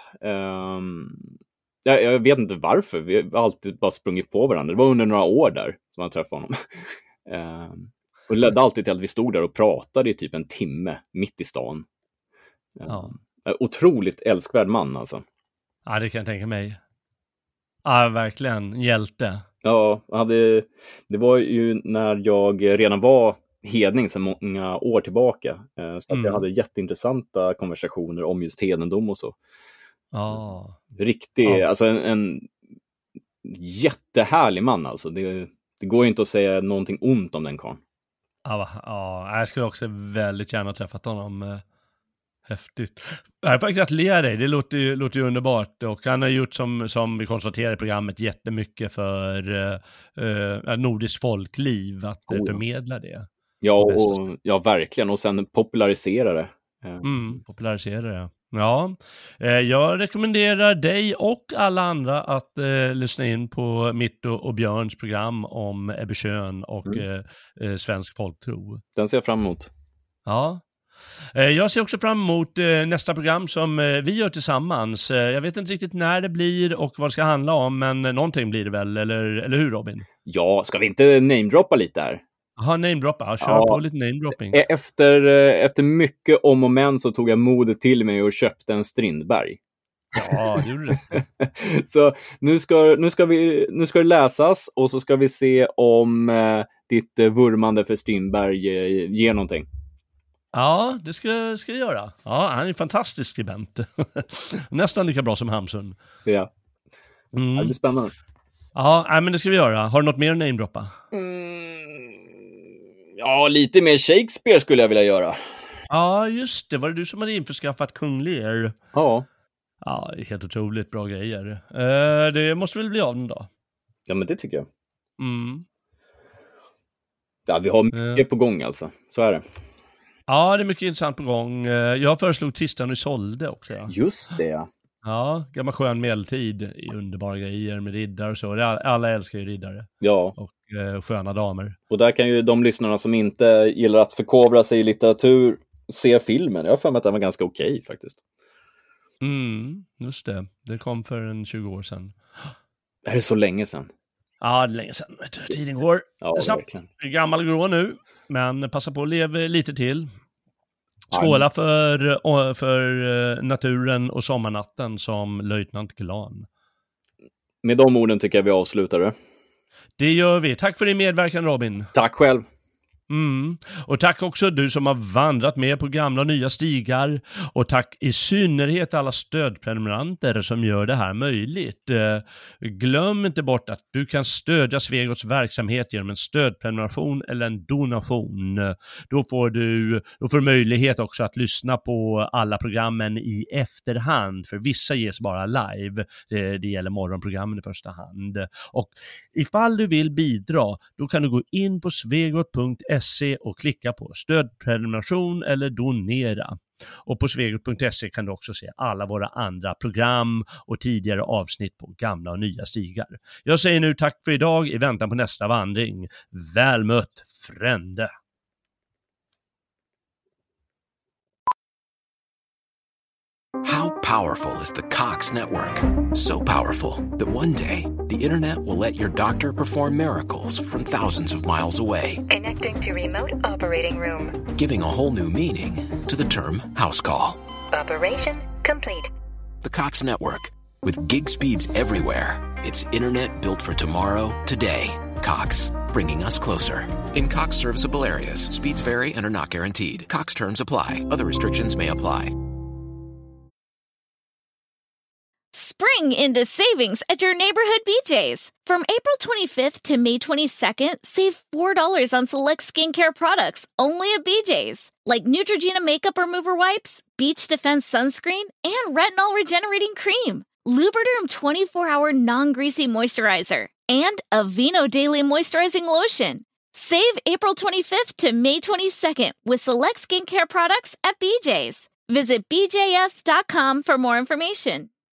Um, jag, jag vet inte varför. Vi har alltid bara sprungit på varandra. Det var under några år där som jag träffade honom. um, och det ledde alltid till att vi stod där och pratade i typ en timme mitt i stan. Ja. Um, otroligt älskvärd man alltså. Ja, det kan jag tänka mig. Ja, verkligen. Hjälte. Ja, jag hade, det var ju när jag redan var hedning sedan många år tillbaka. Eh, så att Mm. jag hade jätteintressanta konversationer om just hedendom och så. Ja. Riktig, Ja. alltså en, en jättehärlig man alltså. Det, det går ju inte att säga någonting ont om den karln. Ja, va? Ja, jag skulle också väldigt gärna ha träffat honom. eh, Häftigt. Jag får gratulera dig, det låter ju, låter ju underbart. Och han har gjort, som, som vi konstaterar i programmet, jättemycket för uh, nordiskt folkliv, att uh, Oh. förmedla det. Ja, Bäst. och, ja, verkligen. Och sen popularisera det. Eh, Mm, popularisera det. Ja, eh, jag rekommenderar dig och alla andra att eh, lyssna in på mitt och, och Björns program om Ebbe Schön och Mm. eh, eh, svensk folktro. Den ser jag fram emot. Ja. Eh, Jag ser också fram emot eh, nästa program som eh, vi gör tillsammans. Eh, Jag vet inte riktigt när det blir och vad det ska handla om, men eh, någonting blir det väl, eller, eller hur Robin? Ja, ska vi inte namedroppa lite här? Jaha, namedroppa. Ja, kör Ja. på lite namedropping. E- Efter, eh, efter mycket om och men så tog jag modet till mig och köpte en Strindberg. Ja, det gjorde det. Så nu ska, nu, ska vi, nu ska det läsas och så ska vi se om eh, ditt eh, vurmande för Strindberg eh, ger någonting. Ja, det ska, ska jag göra. Ja, han är en fantastisk skribent. Nästan lika bra som Hamsun. Ja, det Mm. blir spännande. Ja, nej, men det ska vi göra. Har du något mer att namedroppa? Ja, lite mer Shakespeare skulle jag vilja göra. Ja, just det. Var det du som hade införskaffat Kung Lear? Ja, Ja, helt otroligt bra grejer. Eh, det måste väl bli av den då? ja men det tycker jag. Mm. Ja, vi har mycket Ja. på gång alltså. Så är det. Ja, det är mycket intressant på gång. Jag föreslog Tristan och Isolde också. Ja. Just det. Ja, gammal skön medeltid. Underbara grejer med riddare och så. Alla älskar ju riddare. Ja. Och eh, sköna damer. Och där kan ju de lyssnarna som inte gillar att förkovra sig i litteratur se filmen. Jag har för mig att den var ganska okej okay, faktiskt. Mm, just det. Det kom för en tjugo år sedan. Det är så länge sedan. Ja, det är länge sedan. Tiden går ja, snabbt. Gammal grå nu. Men passa på att leva lite till. Skåla för, för naturen och sommarnatten som löjtnant Glan. Med de orden tycker jag vi avslutar det. Det gör vi. Tack för din medverkan, Robin. Tack själv. Mm. Och tack också du som har vandrat med på gamla och nya stigar. Och tack i synnerhet alla stödprenumeranter som gör det här möjligt. Eh, glöm inte bort att du kan stödja Svegots verksamhet genom en stödprenumeration eller en donation. Då får du då får möjlighet också att lyssna på alla programmen i efterhand. För vissa ges bara live. Det, det gäller morgonprogrammen i första hand. Och ifall du vill bidra, då kan du gå in på svegot punkt se och klicka på stödprenumeration eller donera. Och på svegot punkt se kan du också se alla våra andra program och tidigare avsnitt på gamla och nya stigar. Jag säger nu tack för idag i väntan på nästa vandring. Väl mött, frände! How powerful is the Cox network? So powerful that one day the internet will let your doctor perform miracles from thousands of miles away. Connecting to remote operating room. Giving a whole new meaning to the term house call. Operation complete. The Cox network. With gig speeds everywhere. It's internet built for tomorrow, today. Cox, bringing us closer. In Cox serviceable areas, speeds vary and are not guaranteed. Cox terms apply. Other restrictions may apply. Spring into savings at your neighborhood B J's. From April twenty-fifth to May twenty-second, save four dollars on select skincare products only at B J's. Like Neutrogena Makeup Remover Wipes, Beach Defense Sunscreen, and Retinol Regenerating Cream. Lubriderm twenty-four hour non-greasy moisturizer. And Aveeno Daily Moisturizing Lotion. Save April twenty-fifth to May twenty-second with select skincare products at B J's. Visit B J S dot com for more information.